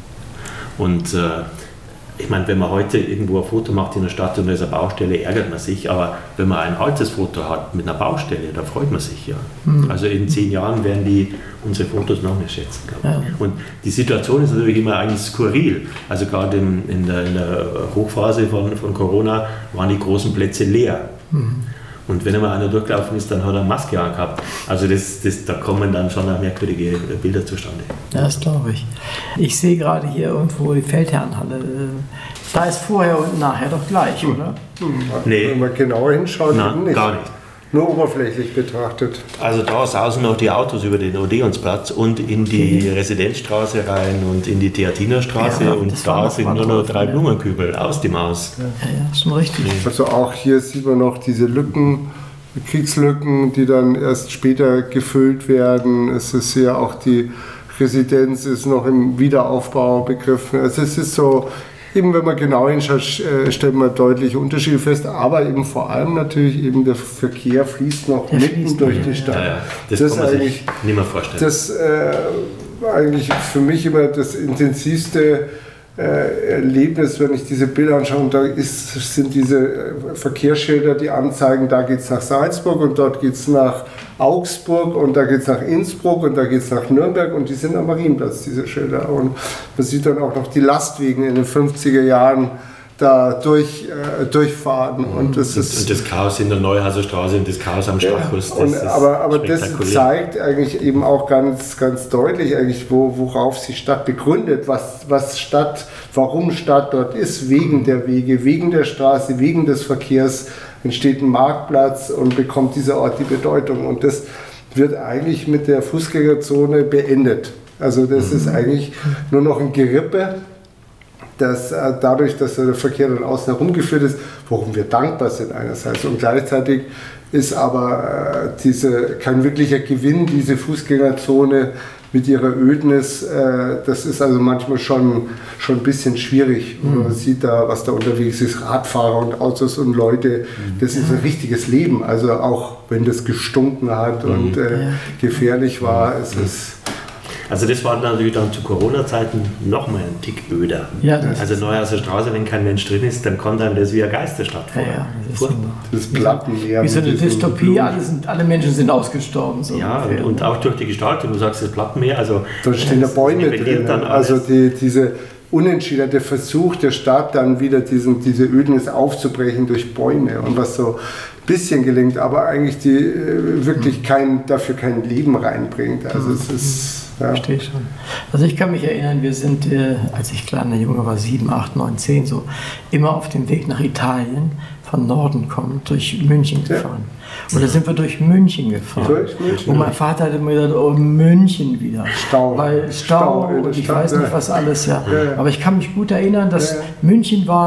S3: Und äh, ich meine, wenn man heute irgendwo ein Foto macht in der Stadt und da ist eine Baustelle, ärgert man sich, aber wenn man ein altes Foto hat mit einer Baustelle, da freut man sich ja. Mhm. Also in zehn Jahren werden die unsere Fotos noch mehr schätzen, glaube ich. Ja. Und die Situation ist natürlich immer eigentlich skurril. Also gerade in, in, der, in der Hochphase von, von Corona waren die großen Plätze leer. Mhm. Und wenn einmal einer durchgelaufen ist, dann hat er eine Maske angehabt. Also das, das, da kommen dann schon auch merkwürdige Bilder zustande.
S2: Ja, das glaube ich. Ich sehe gerade hier irgendwo die Feldherrenhalle. Da ist vorher und nachher doch gleich, oder?
S3: Nee.
S4: Wenn man genauer hinschaut,
S3: Nein,
S4: nicht.
S3: gar nicht.
S4: Nur oberflächlich betrachtet.
S3: Also da sausen noch die Autos über den Odeonsplatz und in die okay. Residenzstraße rein und in die Theatinerstraße, ja, und da sind nur noch drei Blumenkübel aus dem Haus.
S2: Ja, ja, schon richtig.
S4: Also auch hier sieht man noch diese Lücken, Kriegslücken, die dann erst später gefüllt werden. Es ist ja auch die Residenz ist noch im Wiederaufbau begriffen. Also es ist so, eben wenn man genau hinschaut, stellt man deutliche Unterschiede fest, aber eben vor allem natürlich eben der Verkehr fließt noch der mitten fließt durch die Stadt.
S3: Ja, ja. Das, das kann man sich nicht mehr vorstellen.
S4: Das äh, eigentlich für mich immer das intensivste äh, Erlebnis, wenn ich diese Bilder anschaue. Und da ist, sind diese Verkehrsschilder, die anzeigen, da geht es nach Salzburg und dort geht es nach Augsburg und da geht es nach Innsbruck und da geht es nach Nürnberg, und die sind am Marienplatz, diese Schilder. Und man sieht dann auch noch die Lastwagen in den fünfziger Jahren da durch, äh, durchfahren. Mhm. Und, das ist,
S3: und das Chaos in der Neuhauser Straße und das Chaos am Stachus.
S4: Ja, und, aber aber das zeigt eigentlich eben auch ganz, ganz deutlich, eigentlich, wo, worauf sich Stadt begründet, was, was Stadt, warum Stadt dort ist, wegen der Wege, wegen der Straße, wegen des Verkehrs. Entsteht ein Marktplatz und bekommt dieser Ort die Bedeutung. Und das wird eigentlich mit der Fußgängerzone beendet. Also das mhm. ist eigentlich nur noch ein Gerippe, das äh, dadurch, dass der Verkehr dann außen herum geführt ist, worum wir dankbar sind einerseits. Und gleichzeitig ist aber äh, diese, kein wirklicher Gewinn, diese Fußgängerzone mit ihrer Ödnis, äh, das ist also manchmal schon, schon ein bisschen schwierig. Mhm. Man sieht da, was da unterwegs ist, Radfahrer und Autos und Leute, das ist ein richtiges Leben. Also auch wenn das gestunken hat mhm. und äh, gefährlich war, es ist...
S3: Also das war natürlich dann zu Corona-Zeiten noch mal ein Tick öder.
S2: Ja,
S3: also Neuhauser Straße, wenn kein Mensch drin ist, dann kommt dann das wie eine Geisterstadt vor.
S2: Ja, ja, das, ist
S4: das Plattenmeer.
S2: Wie so eine Dystopie, alle, sind, alle Menschen sind ausgestorben. So
S3: ja, und, und auch durch die Gestaltung, du sagst das Plattenmeer. Also
S4: da stehen da Bäume drin. Also die, diese Unentschieden, der Versuch der Stadt dann wieder diesen, diese Ödnis aufzubrechen durch Bäume und was so ein bisschen gelingt, aber eigentlich die äh, wirklich kein, dafür kein Leben reinbringt. Also es ist... Ja.
S2: Verstehe ich schon. Also ich kann mich erinnern, wir sind, äh, als ich kleiner Junge war, sieben, acht, neun, zehn, so, immer auf dem Weg nach Italien, von Norden kommend, durch München gefahren. Ja. Und da sind wir durch München gefahren.
S4: Durch München.
S2: Und mein Vater hatte mir gesagt, oh, München wieder.
S4: Stau.
S2: Weil Stau, Stau und ich Stadt, weiß nicht, was alles, ja.
S4: ja, ja.
S2: Aber ich kann mich gut erinnern, dass ja, ja. München war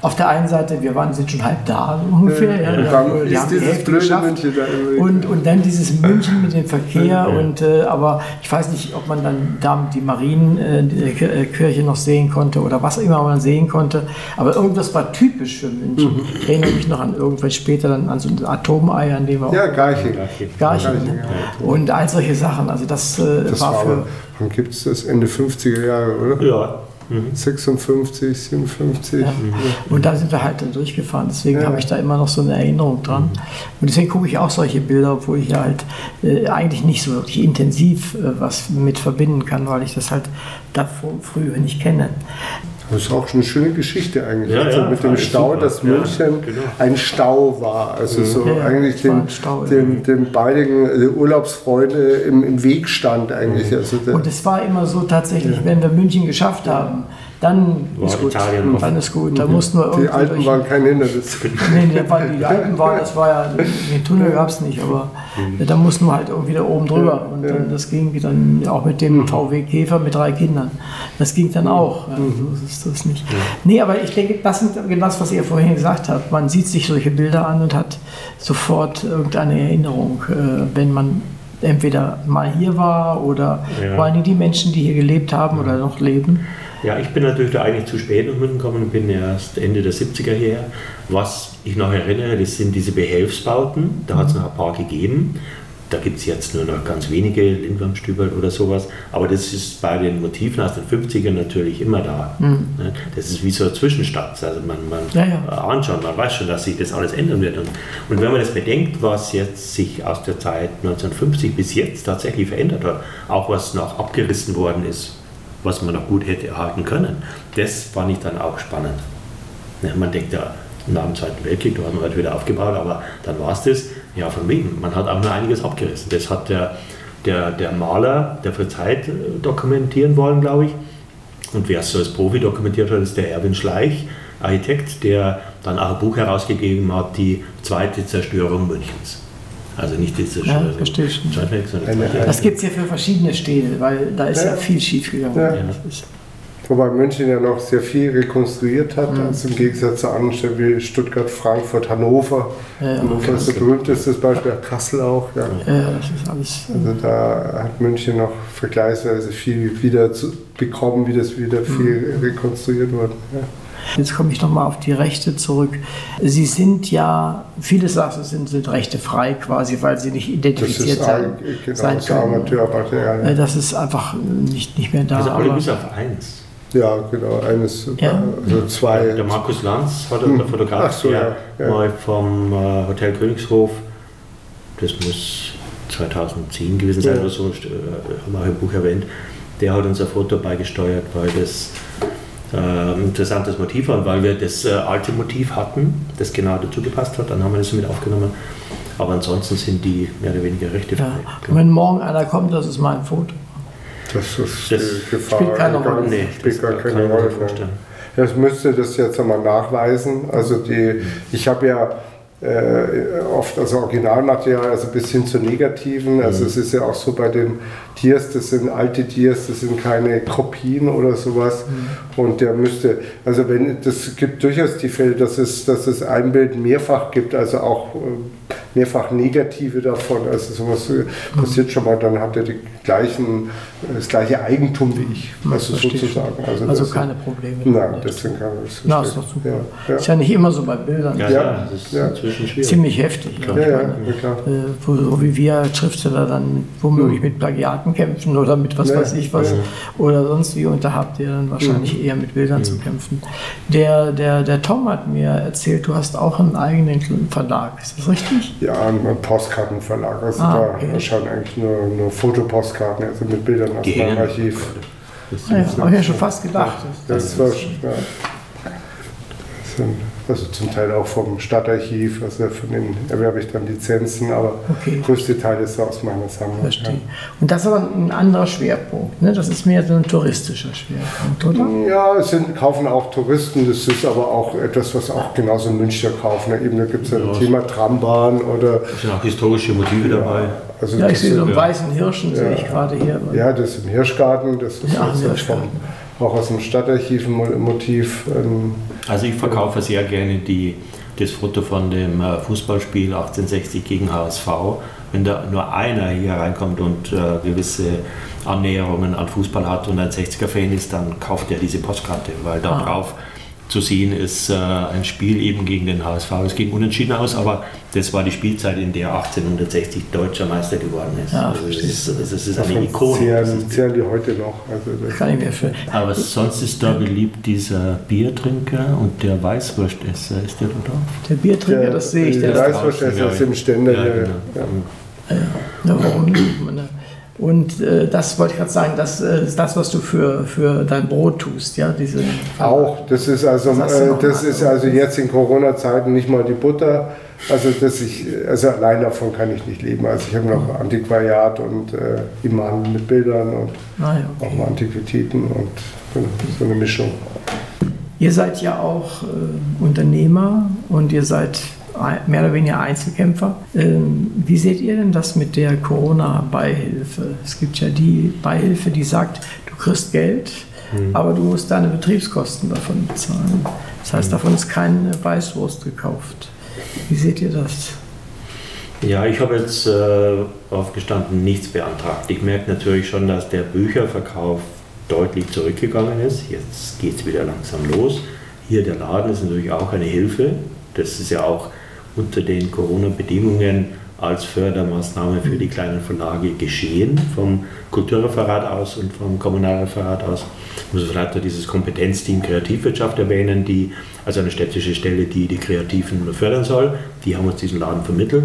S2: auf der einen Seite, wir waren, sind schon halb da ungefähr. Ja,
S4: und
S2: ja,
S4: dann
S2: wir
S4: ist
S2: haben die
S4: dieses
S2: Hälfte
S4: blöde
S2: geschafft.
S4: München da immer.
S2: Und, und dann dieses München mit dem Verkehr. Und, äh, aber ich weiß nicht, ob man dann da die Marienkirche noch sehen konnte oder was immer man sehen konnte. Aber irgendwas war typisch für München. Mhm. Ich erinnere mich noch an irgendwas später, dann an so ein Atomei, an dem wir
S4: ja,
S2: auch...
S4: Garching.
S2: Garching. Garching. Ja. Und all solche Sachen. Also das, äh,
S4: das
S2: war für...
S4: Wann gibt es das? Ende fünfziger Jahre, oder?
S3: Ja.
S4: Mhm. sechsundfünfzig, siebenundfünfzig.
S2: Ja. Und da sind wir halt dann durchgefahren. Deswegen ja. habe ich da immer noch so eine Erinnerung dran. Mhm. Und deswegen gucke ich auch solche Bilder, obwohl ich ja halt äh, eigentlich nicht so wirklich intensiv äh, was mit verbinden kann, weil ich das halt davor früher nicht kenne.
S4: Das ist auch schon eine schöne Geschichte eigentlich.
S3: Ja,
S4: also
S3: ja,
S4: mit dem Stau,
S3: super.
S4: dass München
S3: ja, genau.
S4: ein Stau war. Also so
S2: ja,
S4: eigentlich dem,
S2: Stau,
S4: dem, dem beiden äh, Urlaubsfreunde im, im Weg stand eigentlich.
S3: Mhm.
S4: Also der,
S2: und es war immer so tatsächlich, ja. wenn wir München geschafft haben, dann
S3: war
S2: ist gut.
S3: Italien
S2: Dann ist gut. Da mussten wir
S4: die Alpen durch. Waren kein Hindernis.
S2: Nee, die Alpen waren, das war ja, den Tunnel gab es nicht, aber mhm. da mussten wir halt irgendwie da oben drüber. Und dann, das ging dann auch mit dem V W Käfer mit drei Kindern. Das ging dann auch. Also, so ist das nicht. Nee, aber ich denke, das ist das, was ihr vorhin gesagt habt. Man sieht sich solche Bilder an und hat sofort irgendeine Erinnerung, wenn man entweder mal hier war oder ja. vor allem die Menschen, die hier gelebt haben ja. oder noch leben.
S3: Ja, ich bin natürlich da eigentlich zu spät nach München gekommen und bin erst Ende der siebziger hierher. Was ich noch erinnere, das sind diese Behelfsbauten. Da hat es noch ein paar gegeben. Da gibt es jetzt nur noch ganz wenige, Lindwurmstüberl oder sowas. Aber das ist bei den Motiven aus den fünfzigern natürlich immer da. Mhm. Das ist wie so eine Zwischenstadt. Also man, man ja, ja. ahnt schon, man weiß schon, dass sich das alles ändern wird. Und, und wenn man das bedenkt, was jetzt sich aus der Zeit neunzehnhundertfünfzig bis jetzt tatsächlich verändert hat, auch was noch abgerissen worden ist, was man noch gut hätte erhalten können, das fand ich dann auch spannend. Ja, man denkt ja, nach dem Zweiten Weltkrieg, da hat man halt wieder aufgebaut, aber dann war es das. Ja, von wegen, man hat auch nur einiges abgerissen. Das hat der, der, der Maler der für Zeit dokumentieren wollen, glaube ich. Und wer es so als Profi dokumentiert hat, ist der Erwin Schleich, Architekt, der dann auch ein Buch herausgegeben hat, die zweite Zerstörung Münchens. Also nicht die Zerstörung.
S2: Ja, verstehe ich.
S3: Sondern
S2: das gibt es ja für verschiedene Städte, weil da ist ja, ja viel schief gegangen. Ja.
S4: Ja. Wobei München ja noch sehr viel rekonstruiert hat, mhm. also im Gegensatz zu anderen Städten wie Stuttgart, Frankfurt, Hannover. Ja, Hannover ist das berühmteste Beispiel, Kassel auch. Ja.
S2: Ja, das ist alles.
S4: Also da hat München noch vergleichsweise viel wieder zu bekommen, wie das wieder viel mhm. rekonstruiert wurde. Ja.
S2: Jetzt komme ich nochmal auf die Rechte zurück. Sie sind ja, viele Sachen sind, sind rechtefrei quasi, weil sie nicht identifiziert
S4: das ist
S2: sein,
S4: ein, genau,
S2: sein
S4: das können. Amateurmaterial.
S2: Das ist einfach nicht, nicht mehr da.
S3: Also alle bis auf eins.
S4: Ja, genau, eines,
S2: ja.
S4: also zwei.
S3: Der, der Markus Lanz, hat der Fotograf,
S4: so,
S3: der
S4: ja, ja.
S3: mal vom äh, Hotel Königshof, das muss zweitausendzehn gewesen sein, ja. oder so, haben wir auch im Buch erwähnt, der hat uns ein Foto beigesteuert, weil das äh, ein interessantes Motiv war, weil wir das äh, alte Motiv hatten, das genau dazu gepasst hat, dann haben wir das mit aufgenommen. Aber ansonsten sind die mehr oder weniger rechtefrei.
S2: Ja. Und wenn morgen einer kommt, das ist mein Foto.
S4: Das ist
S3: das
S4: Gefahr.
S2: Spielt keine Rolle.
S3: Nee,
S4: spielt gar keine Rolle. Ich müsste das jetzt einmal nachweisen. Also die, ich habe ja äh, oft also Originalmaterial, also bis hin zu Negativen. Also mhm. es ist ja auch so bei den Tiers, das sind alte Tiers, das sind keine Kopien oder sowas. Mhm. Und der müsste, also wenn, das gibt durchaus die Fälle, dass es, dass es ein Bild mehrfach gibt, also auch äh, mehrfach Negative davon. Also sowas mhm. passiert schon mal, dann hat er die gleichen, das gleiche Eigentum wie ich, also sozusagen.
S2: Also, also keine Probleme.
S4: Nein, deswegen kann das
S2: Na, ist doch super.
S4: Ja, ja.
S2: Ist ja nicht immer so bei Bildern.
S3: Ja, ja, das ist
S4: ja.
S3: inzwischen schwierig.
S2: Ziemlich heftig.
S4: Ja, ja, ja, klar.
S2: Äh, wo, so wie wir Schriftsteller dann womöglich mhm. mit Plagiaten kämpfen oder mit was ja, weiß ich was ja. oder sonst wie, und da habt ihr dann wahrscheinlich mhm. eher mit Bildern mhm. zu kämpfen. Der, der, der Tom hat mir erzählt, du hast auch einen eigenen Verlag, ist das richtig?
S4: Ja, ein Postkartenverlag. Also
S2: ah, okay.
S4: da erscheinen eigentlich nur, nur Fotopostkarten, also mit Bildern aus meinem Archiv.
S2: Das ah, ja, habe ich ja schon fast gedacht.
S4: Das, das war schon, ja. Das sind, also zum Teil auch vom Stadtarchiv, also von denen erwerbe ich dann Lizenzen, aber okay. der größte Teil ist aus meiner Sammlung.
S2: Verstehe. Ja. Und das ist aber ein anderer Schwerpunkt, ne? Das ist mehr so ein touristischer Schwerpunkt, oder?
S4: Ja, es sind, kaufen auch Touristen, das ist aber auch etwas, was auch genauso Münchner kaufen. Eben, da gibt es ja das Thema Trambahn oder...
S3: Es sind auch historische Motive ja, dabei.
S2: Also ja, ich sehe so einen ja. weißen Hirschen, ja. sehe ich gerade hier.
S4: Ja, das ist im Hirschgarten, das ist
S2: ja,
S4: also vom, auch aus dem Stadtarchiv ein Motiv. Ähm,
S3: also ich verkaufe sehr gerne die, das Foto von dem Fußballspiel achtzehnhundertsechzig gegen H S V. Wenn da nur einer hier reinkommt und äh, gewisse Annäherungen an Fußball hat und ein sechziger-Fan ist, dann kauft er diese Postkarte, weil da drauf zu sehen ist äh, ein Spiel eben gegen den H S V. Es ging unentschieden aus, aber das war die Spielzeit, in der achtzehnhundertsechzig deutscher Meister geworden ist.
S2: Ja,
S3: also das ist, das ist
S4: das
S3: eine Ikone.
S4: Zählen, zählen die heute noch. Also das
S2: Kann ich mir für.
S3: Aber sonst ist da beliebt dieser Biertrinker und der Weißwurstesser. Ist der da drauf?
S2: Der Biertrinker,
S4: der,
S2: das sehe ich.
S4: Der
S2: Der
S4: Weißwurstesser ist im Ständer.
S3: Ja, genau.
S4: Ja.
S2: Ja, warum nicht? Und äh, das wollte ich gerade sagen, das äh, ist das, was du für, für dein Brot tust, ja? Diese
S4: Auch, das ist also,
S2: Das hast du
S4: äh,
S2: noch
S4: das
S2: mal.
S4: ist also jetzt in Corona-Zeiten nicht mal die Butter. Also, dass ich, also allein davon kann ich nicht leben. Also ich habe noch Antiquariat und äh, Imam mit Bildern und
S2: Ah, ja, okay.
S4: auch mal Antiquitäten und genau, so eine Mischung.
S2: Ihr seid ja auch äh, Unternehmer und ihr seid mehr oder weniger Einzelkämpfer. Ähm, wie seht ihr denn das mit der Corona-Beihilfe? Es gibt ja die Beihilfe, die sagt, du kriegst Geld, mhm. aber du musst deine Betriebskosten davon bezahlen. Das heißt, davon ist keine Weißwurst gekauft. Wie seht ihr das?
S3: Ja, ich habe jetzt äh, aufgestanden nichts beantragt. Ich merke natürlich schon, dass der Bücherverkauf deutlich zurückgegangen ist. Jetzt geht es wieder langsam los. Hier der Laden ist natürlich auch eine Hilfe. Das ist ja auch unter den Corona-Bedingungen als Fördermaßnahme für die kleinen Verlage geschehen, vom Kulturreferat aus und vom Kommunalreferat aus. Ich muss vielleicht noch dieses Kompetenzteam Kreativwirtschaft erwähnen, die, also eine städtische Stelle, die die Kreativen fördern soll. Die haben uns diesen Laden vermittelt.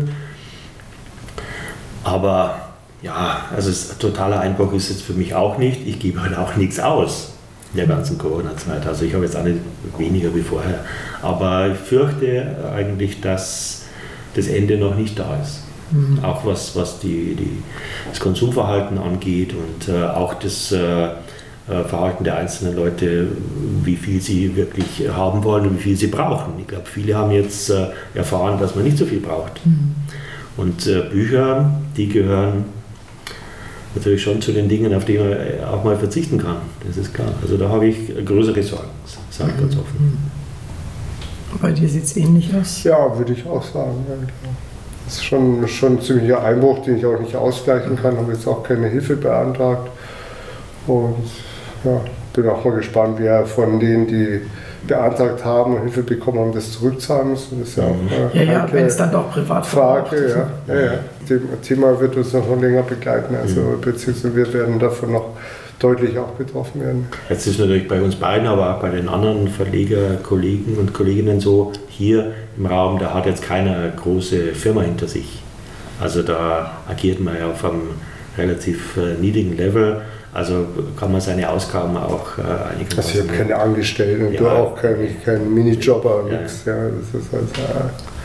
S3: Aber ja, also es, totaler Einbruch ist jetzt für mich auch nicht. Ich gebe halt auch nichts aus in der ganzen Corona-Zeit. Also ich habe jetzt auch nicht weniger wie vorher. Aber ich fürchte eigentlich, dass das Ende noch nicht da ist. Mhm. Auch was, was die, die, das Konsumverhalten angeht und äh, auch das äh, Verhalten der einzelnen Leute, wie viel sie wirklich haben wollen und wie viel sie brauchen. Ich glaube, viele haben jetzt äh, erfahren, dass man nicht so viel braucht. Mhm. Und äh, Bücher, die gehören natürlich schon zu den Dingen, auf die man auch mal verzichten kann. Das ist klar. Also da habe ich größere Sorgen, sage ich ganz offen.
S2: Bei dir sieht es ähnlich aus?
S4: Ja, würde ich auch sagen. Ja, das ist schon, schon ein ziemlicher Einbruch, den ich auch nicht ausgleichen kann. Habe jetzt auch keine Hilfe beantragt. Und ja, bin auch mal gespannt, wer von denen, die beantragt haben und Hilfe bekommen haben, das zurückzahlen müssen. Das ist ja auch
S2: ja, ja, wenn es dann doch privat
S4: Frage. Ja, ja, ja. Das Thema wird uns noch länger begleiten. Also, mhm. Beziehungsweise wir werden davon noch deutlich auch betroffen werden.
S3: Jetzt ist natürlich bei uns beiden, aber auch bei den anderen Verlegerkollegen und Kolleginnen so, hier im Raum, da hat jetzt keiner eine große Firma hinter sich. Also da agiert man ja auf einem relativ äh, niedrigen Level. Also kann man seine Ausgaben auch äh, einigermaßen...
S4: Also ich habe keine Angestellten und
S3: ja,
S4: du auch keinen kein Minijobber,
S3: ja.
S4: nichts. Ja, das ist also, ja.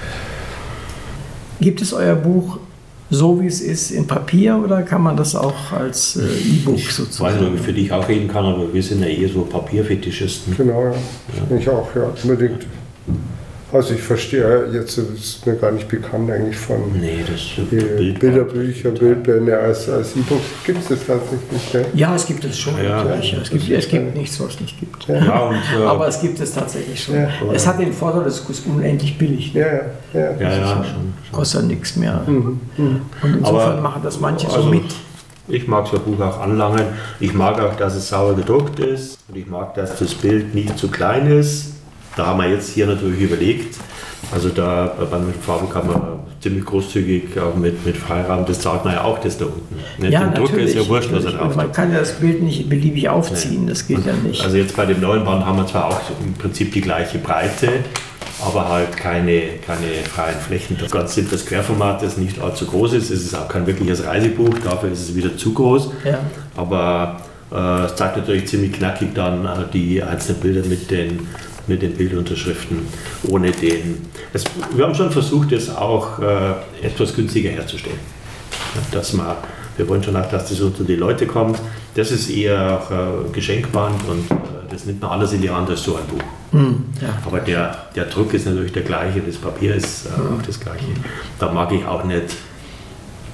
S2: Gibt es euer Buch so, wie es ist, in Papier oder kann man das auch als äh, E-Book sozusagen?
S3: Ich weiß nicht, ob ich für dich auch reden kann, aber wir sind ja eher so Papierfetischisten.
S4: Genau, ja. ja. Ich auch, ja, unbedingt. Also ich verstehe, jetzt ist es mir gar nicht bekannt eigentlich von
S3: nee, das
S4: Bild Bilderbücher, Bildbände als, als E-Book. Gibt es das tatsächlich? Ja,
S2: ja, es gibt es schon.
S3: Ja,
S2: ja, es, gibt, es gibt nichts, was es nicht gibt.
S4: Ja.
S3: Ja, und, äh,
S2: aber es gibt es tatsächlich schon.
S4: Ja.
S2: Es hat den Vorteil, es ist unendlich billig.
S4: Ja, ja. ja.
S3: ja, ja schon, schon.
S2: Kostet nichts mehr.
S4: Mhm. Mhm.
S2: Und insofern
S3: aber,
S2: machen das manche
S3: also,
S2: so mit.
S3: Ich mag so ein Buch auch anlangen. Ich mag auch, dass es sauber gedruckt ist. Und ich mag, dass das Bild nicht zu klein ist. Da haben wir jetzt hier natürlich überlegt. Also da beim Farbe kann man ziemlich großzügig auch mit, mit Freiraum, das zahlt man ja auch das da unten. Nicht?
S2: Ja,
S3: Dem Drucker ist ja wurscht, was er drauf
S2: Man
S3: tut.
S2: kann ja das Bild nicht beliebig aufziehen,
S3: Nee.
S2: das geht
S3: Und,
S2: ja nicht.
S3: Also jetzt bei dem neuen Band haben wir zwar auch im Prinzip die gleiche Breite, aber halt keine, keine freien Flächen. Das Ganze sind das Querformat, das nicht allzu groß ist. Es ist auch kein wirkliches Reisebuch, dafür ist es wieder zu groß.
S2: Ja.
S3: Aber äh, es zeigt natürlich ziemlich knackig dann äh, die einzelnen Bilder mit den mit den Bildunterschriften, ohne den... Es, wir haben schon versucht, das auch äh, etwas günstiger herzustellen. Dass man, wir wollen schon auch, dass das unter die Leute kommt. Das ist eher auch äh, Geschenkband und äh, das nimmt man anders in die Hand als so ein Buch.
S2: Hm, ja.
S3: Aber der, der Druck ist natürlich der gleiche, das Papier ist äh, auch das gleiche. Da mag ich auch nicht...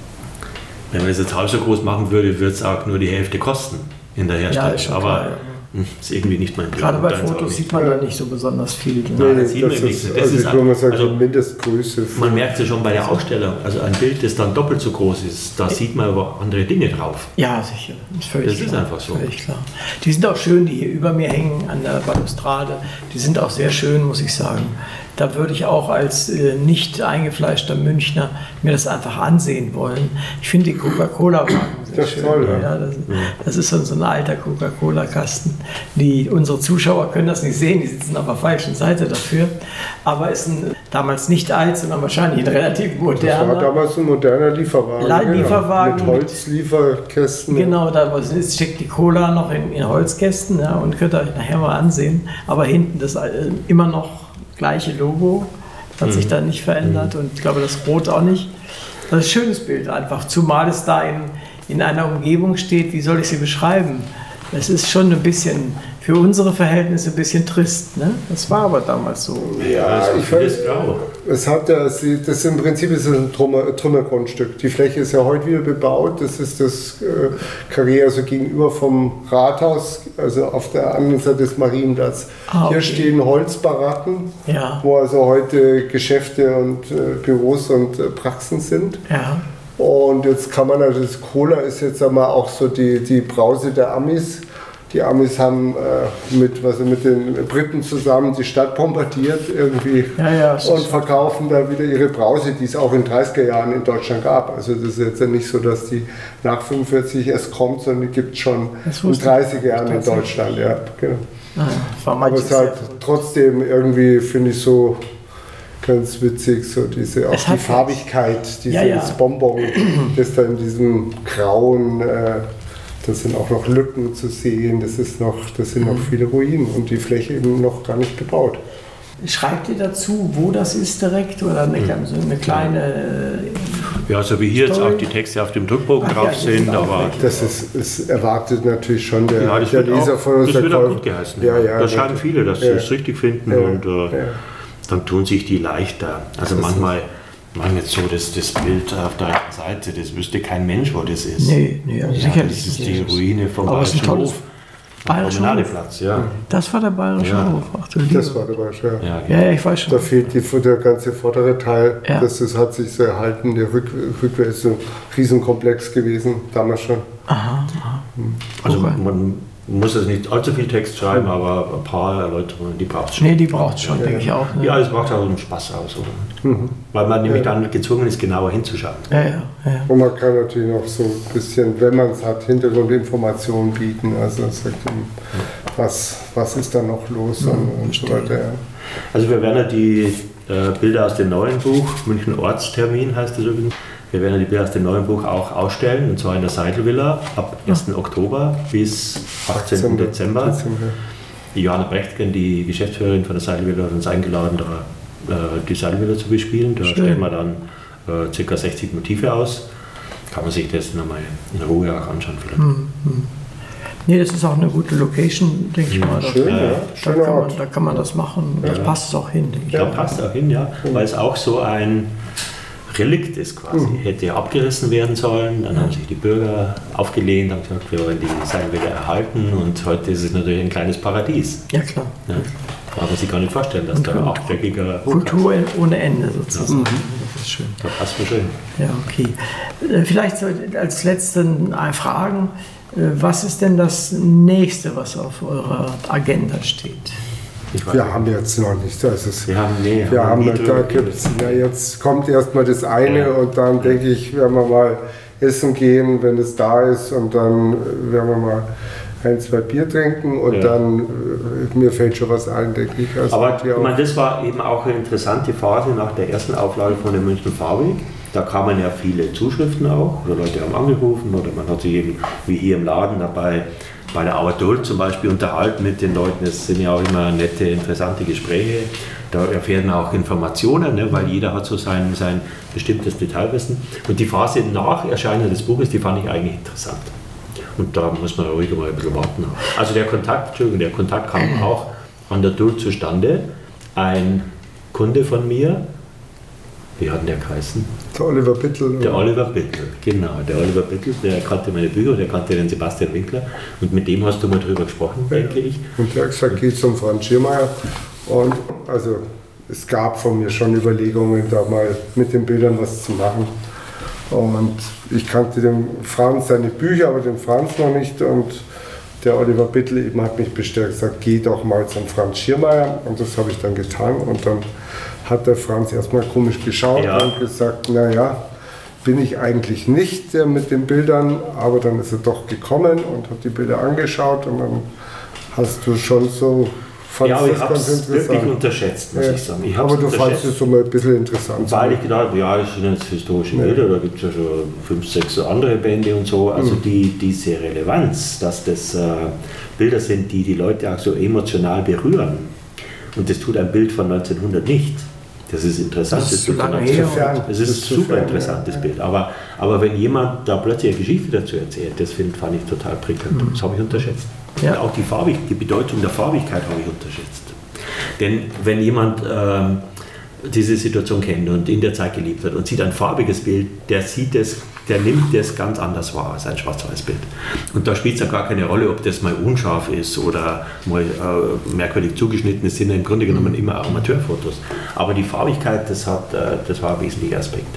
S3: Wenn man das jetzt halb so groß machen würde, würde es auch nur die Hälfte kosten in der Herstellung.
S2: Ja, ist schon
S3: aber
S2: klar, ja.
S3: ist irgendwie nicht mein Ding.
S2: Gerade bei
S3: Deins auch
S2: Fotos
S3: nicht.
S2: sieht man da nicht so besonders viel. Ne?
S3: Nein, das
S4: Nee,
S3: sieht man
S4: das
S3: nicht.
S4: ist,
S3: Das
S4: also
S3: ist
S4: ich würde mal sagen,
S3: also-
S4: die Mindestgröße.
S3: Man merkt es ja schon bei der Ausstellung. Also ein Bild, das dann doppelt so groß ist, da sieht man aber andere Dinge drauf.
S2: Ja, sicher. Ist völlig
S3: Das ist
S2: klar.
S3: einfach so.
S2: Völlig klar. Die sind auch schön, die hier über mir hängen an der Balustrade. Die sind auch sehr schön, muss ich sagen. Da würde ich auch als äh, nicht eingefleischter Münchner mir das einfach ansehen wollen. Ich finde die Coca-Cola-Wagen sehr
S4: Das ist
S2: schön.
S4: toll, ja.
S2: Ja, das, das ist so, so ein alter Coca-Cola-Kasten. Die, unsere Zuschauer können das nicht sehen, die sitzen auf der falschen Seite dafür. Aber ist ein, damals nicht alt, sondern wahrscheinlich ein relativ
S4: Das
S2: moderner.
S4: war damals ein moderner Lieferwagen.
S2: La- Lieferwagen
S4: Mit Holzlieferkästen.
S2: Genau, da ist- steckt die Cola noch in, in Holzkästen, ja, und könnt ihr euch nachher mal ansehen. Aber hinten das äh, immer noch gleiche Logo, hat
S3: Mhm.
S2: sich da nicht verändert und ich glaube das Rot auch nicht. Das ist ein schönes Bild einfach, zumal es da in, in einer Umgebung steht, wie soll ich sie beschreiben? Es ist schon ein bisschen, für unsere Verhältnisse ein bisschen trist, ne? Das war aber damals so.
S3: Ja,
S4: ich
S3: ich finde es
S4: weiß-
S3: grau.
S4: Es hat ja, sie- das ist im Prinzip ist es ein Trümmer, Trümmergrundstück. Die Fläche ist ja heute wieder bebaut. Das ist das äh, Karree, also gegenüber vom Rathaus, also auf der anderen Seite des Marienplatz.
S2: Ah, okay.
S4: Hier stehen Holzbaracken,
S2: Ja.
S4: wo also heute Geschäfte und äh, Büros und äh, Praxen sind.
S2: Ja,
S4: Und jetzt kann man, also das Cola ist jetzt einmal auch so die, die Brause der Amis. Die Amis haben äh, mit, was, mit den Briten zusammen die Stadt bombardiert irgendwie
S2: Ja, ja, es
S4: und
S2: ist-
S4: verkaufen da wieder ihre Brause, die es auch in dreißiger Jahren in Deutschland gab. Also das ist jetzt ja nicht so, dass die nach fünfundvierzig erst kommt, sondern die gibt es schon
S2: Das
S4: in
S2: wusste ich
S4: dreißiger Jahren in
S2: tatsächlich.
S4: Deutschland. Ja, genau.
S2: ah, war
S4: Aber
S2: manches
S4: es ist halt
S2: sehr-
S4: trotzdem irgendwie, finde ich, so ganz witzig, so diese, auch
S2: Es
S4: die
S2: hat-
S4: Farbigkeit, dieses
S2: Ja, ja.
S4: Bonbon, das da in diesem grauen, äh, da sind auch noch Lücken zu sehen, das, ist noch, das sind
S2: Mhm.
S4: noch viele Ruinen und die Fläche eben noch gar nicht bebaut.
S2: Schreibt ihr dazu, wo das ist direkt oder eine, so eine kleine.
S3: Ja, so wie hier jetzt
S2: Story.
S3: auch die Texte auf dem Druckbogen
S2: Ach ja,
S3: drauf
S2: die
S3: sind,
S2: sind auch
S3: aber
S2: weg.
S4: Das ist, es erwartet natürlich schon der,
S3: ja, das
S4: der
S3: wird
S4: Leser
S3: auch,
S4: von uns.
S3: das
S4: der
S3: wird auch
S4: Käufer.
S3: gut geheißen.
S4: Ja, ja,
S3: da schreiben
S4: natürlich.
S3: viele, dass sie
S4: Ja.
S3: es richtig finden
S4: Ja,
S3: und äh,
S4: ja.
S3: dann tun sich die leichter. Also manchmal, manchmal jetzt so das, das Bild auf der rechten Seite, das wüsste kein Mensch, wo das ist.
S2: Nee, nee, also
S3: ja,
S2: sicherlich
S3: das ist
S2: nicht.
S3: die Ruine vom
S2: Aber es ist ein
S3: Bayerischen
S2: tolles
S3: Hof.
S2: Bayerischer Hof.
S3: Promenadeplatz, ja.
S2: Das war der Bayerische
S3: Ja.
S2: Hof. Ach du Liebe.
S4: Das war dabei, ja.
S3: Ja,
S2: Ja, ja, ich weiß schon.
S4: Da fehlt die, der ganze vordere Teil.
S2: Ja.
S4: Das, das hat sich so erhalten. Der Rück, Rückwärts ist so ein Riesenkomplex gewesen, damals schon.
S2: Aha, aha.
S3: Also
S2: Okay.
S3: man muss jetzt nicht allzu viel Text schreiben, aber ein paar Erläuterungen, die braucht es schon.
S2: Nee, die braucht es schon, denke ich auch. Ne?
S3: Ja, es macht auch einen Spaß aus, oder? Weil man nämlich dann gezwungen ist, genauer hinzuschauen.
S2: ja, ja, ja.
S4: Und man kann natürlich noch so ein bisschen, wenn man es hat, Hintergrundinformationen bieten. Also sagt ihm, was, was ist da noch los und, und so weiter. Ja.
S3: Also wir werden ja die äh, Bilder aus dem neuen Buch, München Ortstermin heißt das übrigens, wir werden ja die Bilder aus dem neuen Buch auch ausstellen, und zwar in der Seidelvilla ab ersten Oktober bis achtzehnten Dezember.
S4: Dezember.
S3: Die Johanna Brechtgen, die Geschäftsführerin von der Seidelvilla, hat uns eingeladen, da, äh, die Seidelvilla zu bespielen. Da
S2: Schön.
S3: stellen wir dann äh, ca. sechzig Motive aus. Kann man sich das nochmal in Ruhe auch anschauen vielleicht.
S2: Nee, das ist auch eine gute Location, denke ich mal.
S4: Schön,
S2: da,
S4: ja.
S2: da,
S4: Schöner
S2: kann man,
S4: Ort.
S2: da kann man das machen. Das passt es auch hin, denke ich.
S3: Da passt auch hin, ja, weil es auch so ein Relikt ist quasi. Hätte ja abgerissen werden sollen, dann haben sich die Bürger aufgelehnt, haben gesagt, wir wollen die Seidelvilla erhalten, und heute ist es natürlich ein kleines Paradies.
S2: Ja, klar.
S3: Ja. Kann man sich gar nicht vorstellen, dass da ein achtstöckiger Hochhaus
S2: Kultur ohne Ende sozusagen. Das ist schön.
S3: Da passt mir schön.
S2: Ja, okay. Äh, Vielleicht so als letzten äh, Fragen. Äh, Was ist denn das nächste, was auf eurer Agenda steht?
S3: Ich weiß
S4: Wir
S3: nicht.
S4: haben jetzt noch nicht. Also es,
S3: wir haben, nee,
S4: wir haben,
S3: nie
S4: da
S3: drüber
S4: gibt's,
S3: geredet.
S4: ja, jetzt kommt erstmal das eine
S3: Ja.
S4: und dann denke ich, werden wir mal essen gehen, wenn es da ist, und dann äh, werden wir mal ein, zwei Bier trinken und
S3: Ja.
S4: dann, äh, mir fällt schon was ein, denke ich. Also
S3: Aber
S4: die
S3: ich
S4: auch-
S3: meine, das war eben auch eine interessante Phase nach der ersten Auflage von der München Farbig. Da kamen ja viele Zuschriften auch, oder Leute haben angerufen, oder man hat sich eben, wie hier im Laden, dabei bei der Auerduld zum Beispiel unterhalten mit den Leuten. Es sind ja auch immer nette, interessante Gespräche. Da erfährt man auch Informationen, ne, weil jeder hat so sein, sein bestimmtes Detailwissen. Und die Phase nach Erscheinen des Buches, die fand ich eigentlich interessant. Und da muss man ruhig mal ein bisschen warten. Also der Kontakt, Entschuldigung, der Kontakt kam auch an der Duld zustande. Ein Kunde von mir Wie hat denn der geheißen?
S4: Der Oliver Bittel.
S3: Der Oliver Bittel, genau. Der Oliver Bittel, der kannte meine Bücher, der kannte den Sebastian Winkler. Und mit dem hast du mal drüber gesprochen, ja. denke ich.
S4: Und der hat gesagt, geh zum Franz Schirmayer. Und also es gab von mir schon Überlegungen, da mal mit den Bildern was zu machen. Und ich kannte den Franz, seine Bücher, aber den Franz noch nicht. Und der Oliver Bittel eben hat mich bestärkt, gesagt, geh doch mal zum Franz Schirmayer. Und das habe ich dann getan. Und dann hat der Franz erstmal komisch geschaut ja. und gesagt, naja, bin ich eigentlich nicht der mit den Bildern. Aber dann ist er doch gekommen und hat die Bilder angeschaut. Und dann hast du schon so...
S3: Ja, aber ich habe es wirklich unterschätzt, muss ja. ich sagen. Ich
S4: aber du fandest es so mal ein bisschen interessant.
S3: Weil ich gedacht habe, ja, das sind jetzt historische ja. Bilder, da gibt es ja schon fünf, sechs andere Bände und so. Also mhm. die, diese Relevanz, dass das äh, Bilder sind, die die Leute auch so emotional berühren. Und das tut ein Bild von neunzehnhundert nicht. Das ist interessant.
S2: Das ist, das lange her.
S3: Das ist ein super interessantes ja. Bild. Aber, aber wenn jemand da plötzlich eine Geschichte dazu erzählt, das find, fand ich total prickelnd. Mhm. Das habe ich unterschätzt. Ja. Und auch die, Farbig, die Bedeutung der Farbigkeit habe ich unterschätzt. Denn wenn jemand ähm, diese Situation kennt und in der Zeit gelebt hat und sieht ein farbiges Bild, der sieht es, der nimmt das ganz anders wahr als ein Schwarz-Weiß-Bild. Und da spielt es ja gar keine Rolle, ob das mal unscharf ist oder mal äh, merkwürdig zugeschnitten. Es sind ja im Grunde genommen immer Amateurfotos. Aber die Farbigkeit, das, hat, äh, das war ein wesentlicher Aspekt.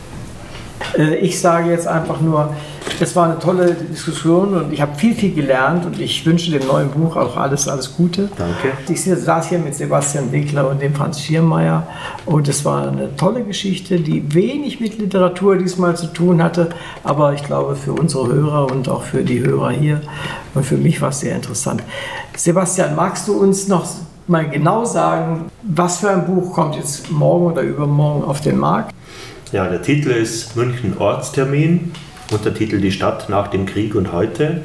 S2: Ich sage jetzt einfach nur, das war eine tolle Diskussion und ich habe viel, viel gelernt und ich wünsche dem neuen Buch auch alles, alles Gute.
S3: Danke.
S2: Ich saß hier mit Sebastian Winkler und dem Franz Schirmayer und es war eine tolle Geschichte, die wenig mit Literatur diesmal zu tun hatte, aber ich glaube für unsere Hörer und auch für die Hörer hier und für mich war es sehr interessant. Sebastian, magst du uns noch mal genau sagen, was für ein Buch kommt jetzt morgen oder übermorgen auf den Markt?
S3: Ja, der Titel ist München Ortstermin, Untertitel Die Stadt nach dem Krieg und heute.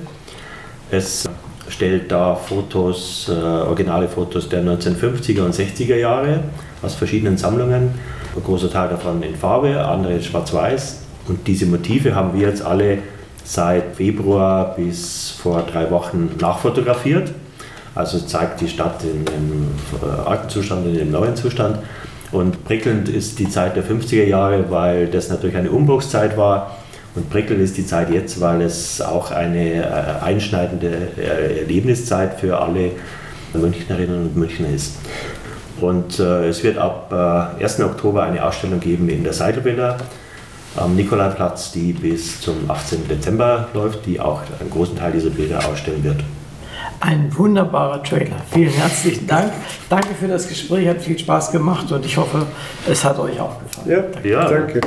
S3: Es stellt da Fotos, äh, originale Fotos der neunzehnhundertfünfziger und sechziger Jahre aus verschiedenen Sammlungen. Ein großer Teil davon in Farbe, andere in Schwarz-Weiß. Und diese Motive haben wir jetzt alle seit Februar bis vor drei Wochen nachfotografiert. Also zeigt die Stadt in dem alten Zustand und in dem neuen Zustand. Und prickelnd ist die Zeit der fünfziger Jahre, weil das natürlich eine Umbruchszeit war. Und prickelnd ist die Zeit jetzt, weil es auch eine äh, einschneidende äh, Erlebniszeit für alle Münchnerinnen und Münchner ist. Und äh, es wird ab äh, ersten Oktober eine Ausstellung geben in der Seidelvilla am Nikolaiplatz, die bis zum achtzehnten Dezember läuft, die auch einen großen Teil dieser Bilder ausstellen wird.
S2: Ein wunderbarer Trailer. Vielen herzlichen Dank. Danke für das Gespräch, hat viel Spaß gemacht und ich hoffe, es hat euch auch gefallen.
S4: Ja, danke. Ja. danke.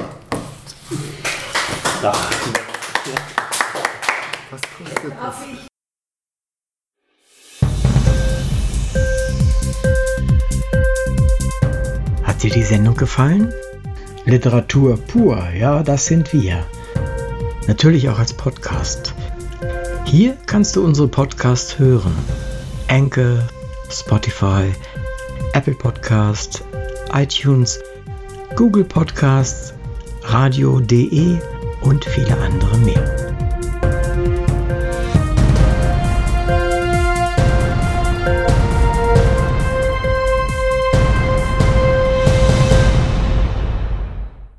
S3: Ja.
S4: Was kostet das?
S1: Hat dir die Sendung gefallen? Literatur pur, ja, das sind wir. Natürlich auch als Podcast. Hier kannst du unsere Podcasts hören. Anchor, Spotify, Apple Podcasts, iTunes, Google Podcasts, radio punkt de und viele andere mehr.